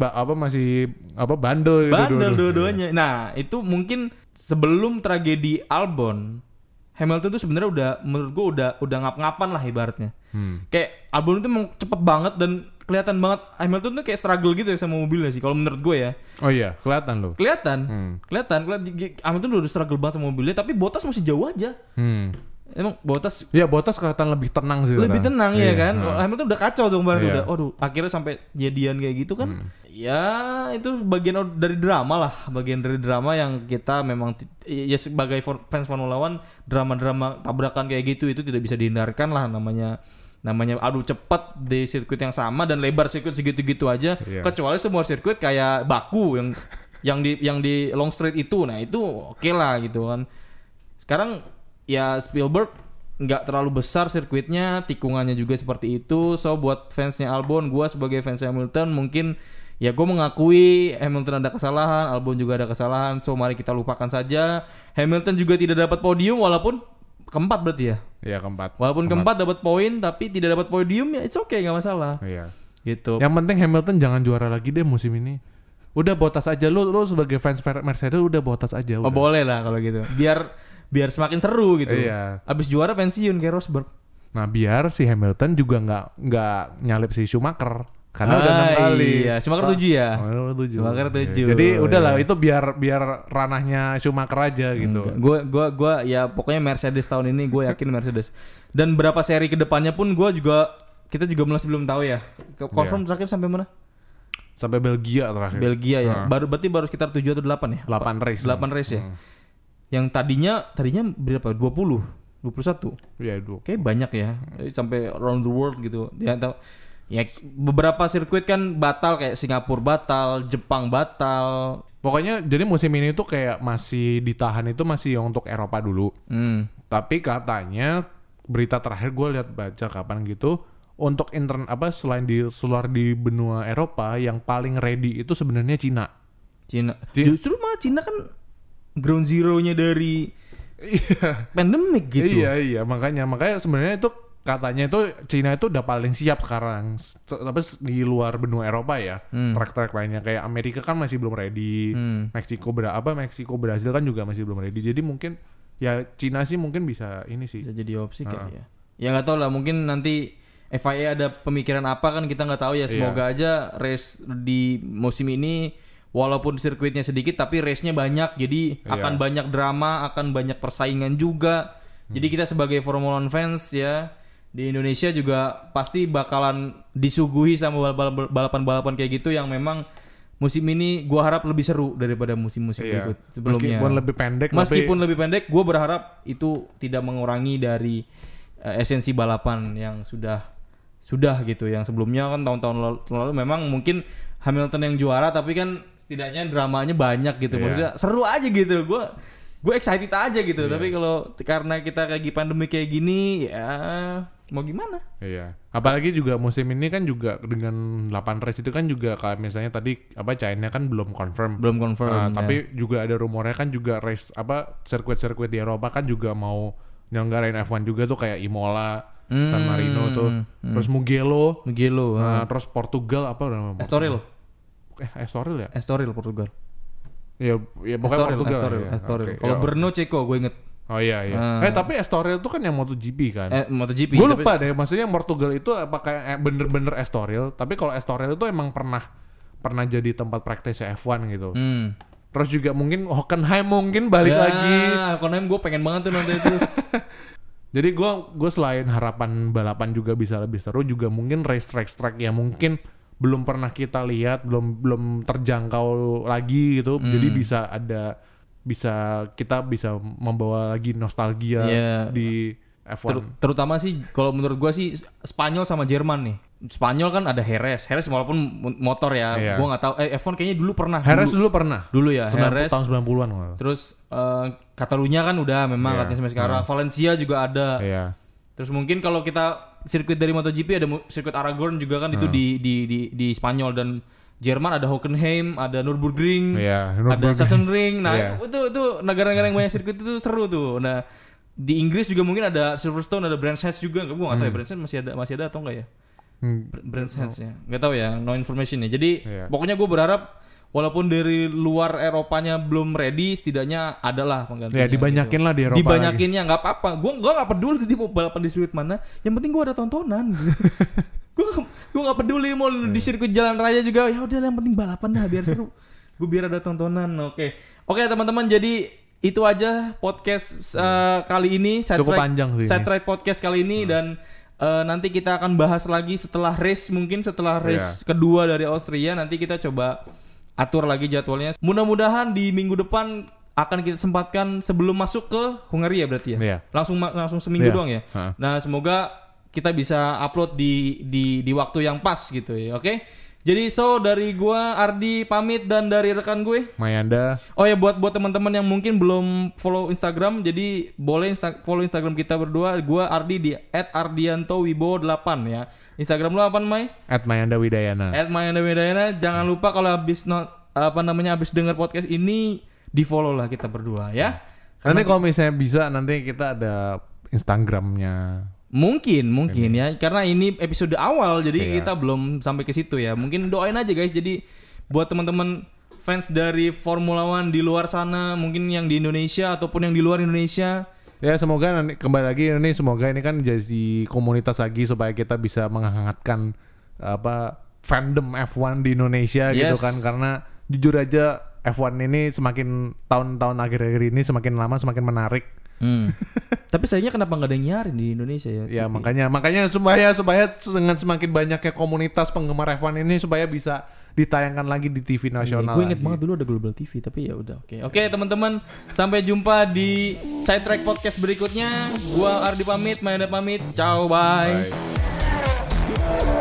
B: bandel gitu
A: dua-duanya. Nah, itu mungkin sebelum tragedi Albon, Hamilton tuh sebenarnya menurut gue udah ngap-ngapan lah ibaratnya. Kayak Albon itu memang cepet banget dan kelihatan banget Hamilton tuh kayak struggle gitu ya sama mobilnya sih kalau menurut gue ya.
B: Oh iya, kelihatan loh.
A: Kelihatan Hamilton udah struggle banget sama mobilnya, tapi Bottas masih jauh aja. Emang Bottas
B: kelihatan lebih tenang sih.
A: Lebih tenang ya kan. Hamilton udah kacau tuh kemarin akhirnya sampai jadian kayak gitu kan. Ya itu bagian dari drama lah, yang kita memang ya sebagai fans Formula One, drama-drama tabrakan kayak gitu itu tidak bisa dihindarkan lah, namanya adu cepat di sirkuit yang sama dan lebar sirkuit segitu-gitu aja. Kecuali semua sirkuit kayak Baku yang di long straight itu, nah itu oke lah gitu kan. Sekarang ya Spielberg nggak terlalu besar sirkuitnya, tikungannya juga seperti itu. So buat fansnya Albon, gue sebagai fans Hamilton mungkin ya gue mengakui Hamilton ada kesalahan, Albon juga ada kesalahan. So mari kita lupakan saja. Hamilton juga tidak dapat podium walaupun keempat berarti ya?
B: Iya keempat.
A: Walaupun keempat dapat poin tapi tidak dapat podium ya it's okay, nggak masalah.
B: Iya.
A: Gitu.
B: Yang penting Hamilton jangan juara lagi deh musim ini. Udah Bottas aja, lu sebagai fans Mercedes udah Bottas aja.
A: Oh boleh lah kalau gitu. Biar semakin seru gitu.
B: Iya.
A: Abis juara pensiun kayak Rosberg.
B: Nah biar si Hamilton juga nggak nyalip si Schumacher karena udah 6 kali.
A: Iya, Schumacher 7 ya. Schumacher 7.
B: Jadi udahlah itu biar ranahnya Schumacher aja gitu.
A: Gua ya pokoknya Mercedes tahun ini gue yakin Mercedes. Dan berapa seri kedepannya pun kita juga masih belum tahu ya. Confirm terakhir sampai mana?
B: Sampai Belgia terakhir.
A: Belgia ya. Berarti baru sekitar 7 atau 8 ya?
B: 8 race.
A: 8 race ya. Yang tadinya berapa? 21.
B: Iya, 20.
A: Kayak banyak ya. Sampai around the world gitu. Ya beberapa sirkuit kan batal, kayak Singapura batal, Jepang batal.
B: Pokoknya jadi musim ini tuh kayak masih ditahan itu masih untuk Eropa dulu. Tapi katanya berita terakhir gue lihat baca kapan gitu, untuk selain di benua Eropa yang paling ready itu sebenarnya Cina. Justru malah Cina kan ground zero-nya dari pandemic gitu. Iya, makanya sebenarnya itu katanya itu Cina itu udah paling siap sekarang. Tapi di luar benua Eropa ya, track-track lainnya kayak Amerika kan masih belum ready. Meksiko Brasil kan juga masih belum ready. Jadi mungkin ya Cina sih mungkin bisa ini sih.
A: Bisa jadi opsi kayak ya. Ya nggak tahu lah, mungkin nanti FIA ada pemikiran apa kan kita nggak tahu ya. Semoga aja race di musim ini walaupun sirkuitnya sedikit tapi race-nya banyak, jadi akan banyak drama, akan banyak persaingan juga. Jadi kita sebagai Formula One fans ya di Indonesia juga pasti bakalan disuguhi sama balapan-balapan kayak gitu yang memang musim ini gua harap lebih seru daripada musim-musim berikut sebelumnya. Meskipun lebih pendek, gua berharap itu tidak mengurangi dari esensi balapan yang sudah gitu. Yang sebelumnya kan tahun-tahun lalu memang mungkin Hamilton yang juara tapi kan setidaknya dramanya banyak gitu. Maksudnya seru aja gitu. Gue excited aja gitu. Tapi kalau karena kita kayak pandemi kayak gini ya mau gimana?
B: Iya. Apalagi juga musim ini kan juga dengan 8 race itu kan juga kayak misalnya tadi China kan belum confirm. Tapi juga ada rumornya kan juga race sirkuit-sirkuit di Eropa kan juga mau nyelenggarain F1 juga tuh kayak Imola, San Marino tuh. Terus Mugello. Terus Portugal apa namanya?
A: Estoril Portugal.
B: Ya pokoknya Portugal.
A: Estoril. Kalau Brno Ceko gue inget.
B: Oh iya. Tapi Estoril itu kan yang MotoGP kan.
A: MotoGP.
B: Gue lupa deh, maksudnya yang Portugal itu apakah bener-bener Estoril? Tapi kalau Estoril itu emang pernah jadi tempat praktis F1 gitu. Terus juga mungkin Hockenheim mungkin balik lagi.
A: Hockenheim gue pengen banget tuh nonton itu.
B: Jadi gue selain harapan balapan juga bisa lebih seru, juga mungkin race track yang mungkin belum pernah kita lihat, belum terjangkau lagi gitu. Jadi kita bisa membawa lagi nostalgia di F1.
A: Terutama sih kalau menurut gua sih Spanyol sama Jerman nih. Spanyol kan ada Jerez walaupun motor ya. Gua enggak tahu F1 kayaknya dulu pernah. Dulu ya. Jerez
B: tahun 90-an.
A: Terus Catalunya kan udah memang katanya sampai sekarang. Valencia juga ada. Terus mungkin kalau kita sirkuit dari MotoGP ada sirkuit Aragon juga kan itu di Spanyol, dan Jerman ada Hockenheim, ada Nürburgring, ada Sachsenring. Nah, itu negara-negara yang banyak sirkuit itu seru tuh. Nah, di Inggris juga mungkin ada Silverstone, ada Brands Hatch juga. Gue nggak tahu ya Brands Hatch masih ada atau enggak ya? Brands Hatch ya. Nggak tahu ya, no information ya. Jadi pokoknya gue berharap walaupun dari luar Eropanya belum ready, setidaknya adalah penggantinya.
B: Ya dibanyakin gitu lah di Eropa.
A: Dibanyakinnya nggak apa-apa. Gue nggak peduli di balapan di sirkuit mana. Yang penting gue ada tontonan. Gue nggak peduli mau di sirkuit jalan raya juga. Ya udah, yang penting balapan dah biar seru. Gue biar ada tontonan. Oke teman-teman, jadi itu aja podcast kali ini.
B: Cukup panjang sih.
A: Side Ride podcast kali ini dan nanti kita akan bahas lagi setelah race kedua dari Austria. Nanti kita coba atur lagi jadwalnya. Mudah-mudahan di minggu depan akan kita sempatkan sebelum masuk ke Hungaria berarti ya. Langsung seminggu doang ya. Nah, semoga kita bisa upload di waktu yang pas gitu ya. Oke. Jadi dari gua Ardi pamit dan dari rekan gue
B: Mayanda.
A: Oh ya buat teman-teman yang mungkin belum follow Instagram, jadi boleh follow Instagram kita berdua. Gua Ardi di @ardiantowibowo8 ya. Instagram lu apa, Mai?
B: @mayandawidayana.
A: @mayandawidayana. Jangan lupa kalau habis denger podcast ini di-follow lah kita berdua ya.
B: Nanti kalau misalnya bisa nanti kita ada Instagramnya.
A: Mungkin ya, karena ini episode awal jadi kita belum sampai ke situ ya. Mungkin doain aja guys. Jadi buat teman-teman fans dari Formula One di luar sana, mungkin yang di Indonesia ataupun yang di luar Indonesia.
B: Ya semoga nanti kembali lagi semoga ini kan jadi komunitas lagi supaya kita bisa menghangatkan fandom F1 di Indonesia gitu kan, karena jujur aja F1 ini semakin tahun-tahun akhir-akhir ini semakin lama semakin menarik.
A: Tapi sayangnya kenapa nggak ada yang nyiarin di Indonesia ya?
B: Ya makanya supaya dengan semakin banyaknya komunitas penggemar F1 ini supaya bisa ditayangkan lagi di TV nasional.
A: Gue inget banget dulu ada Global TV tapi ya udah oke teman-teman, sampai jumpa di Sidetrack Podcast berikutnya. Gua Ardi pamit, Mayanda pamit, ciao bye.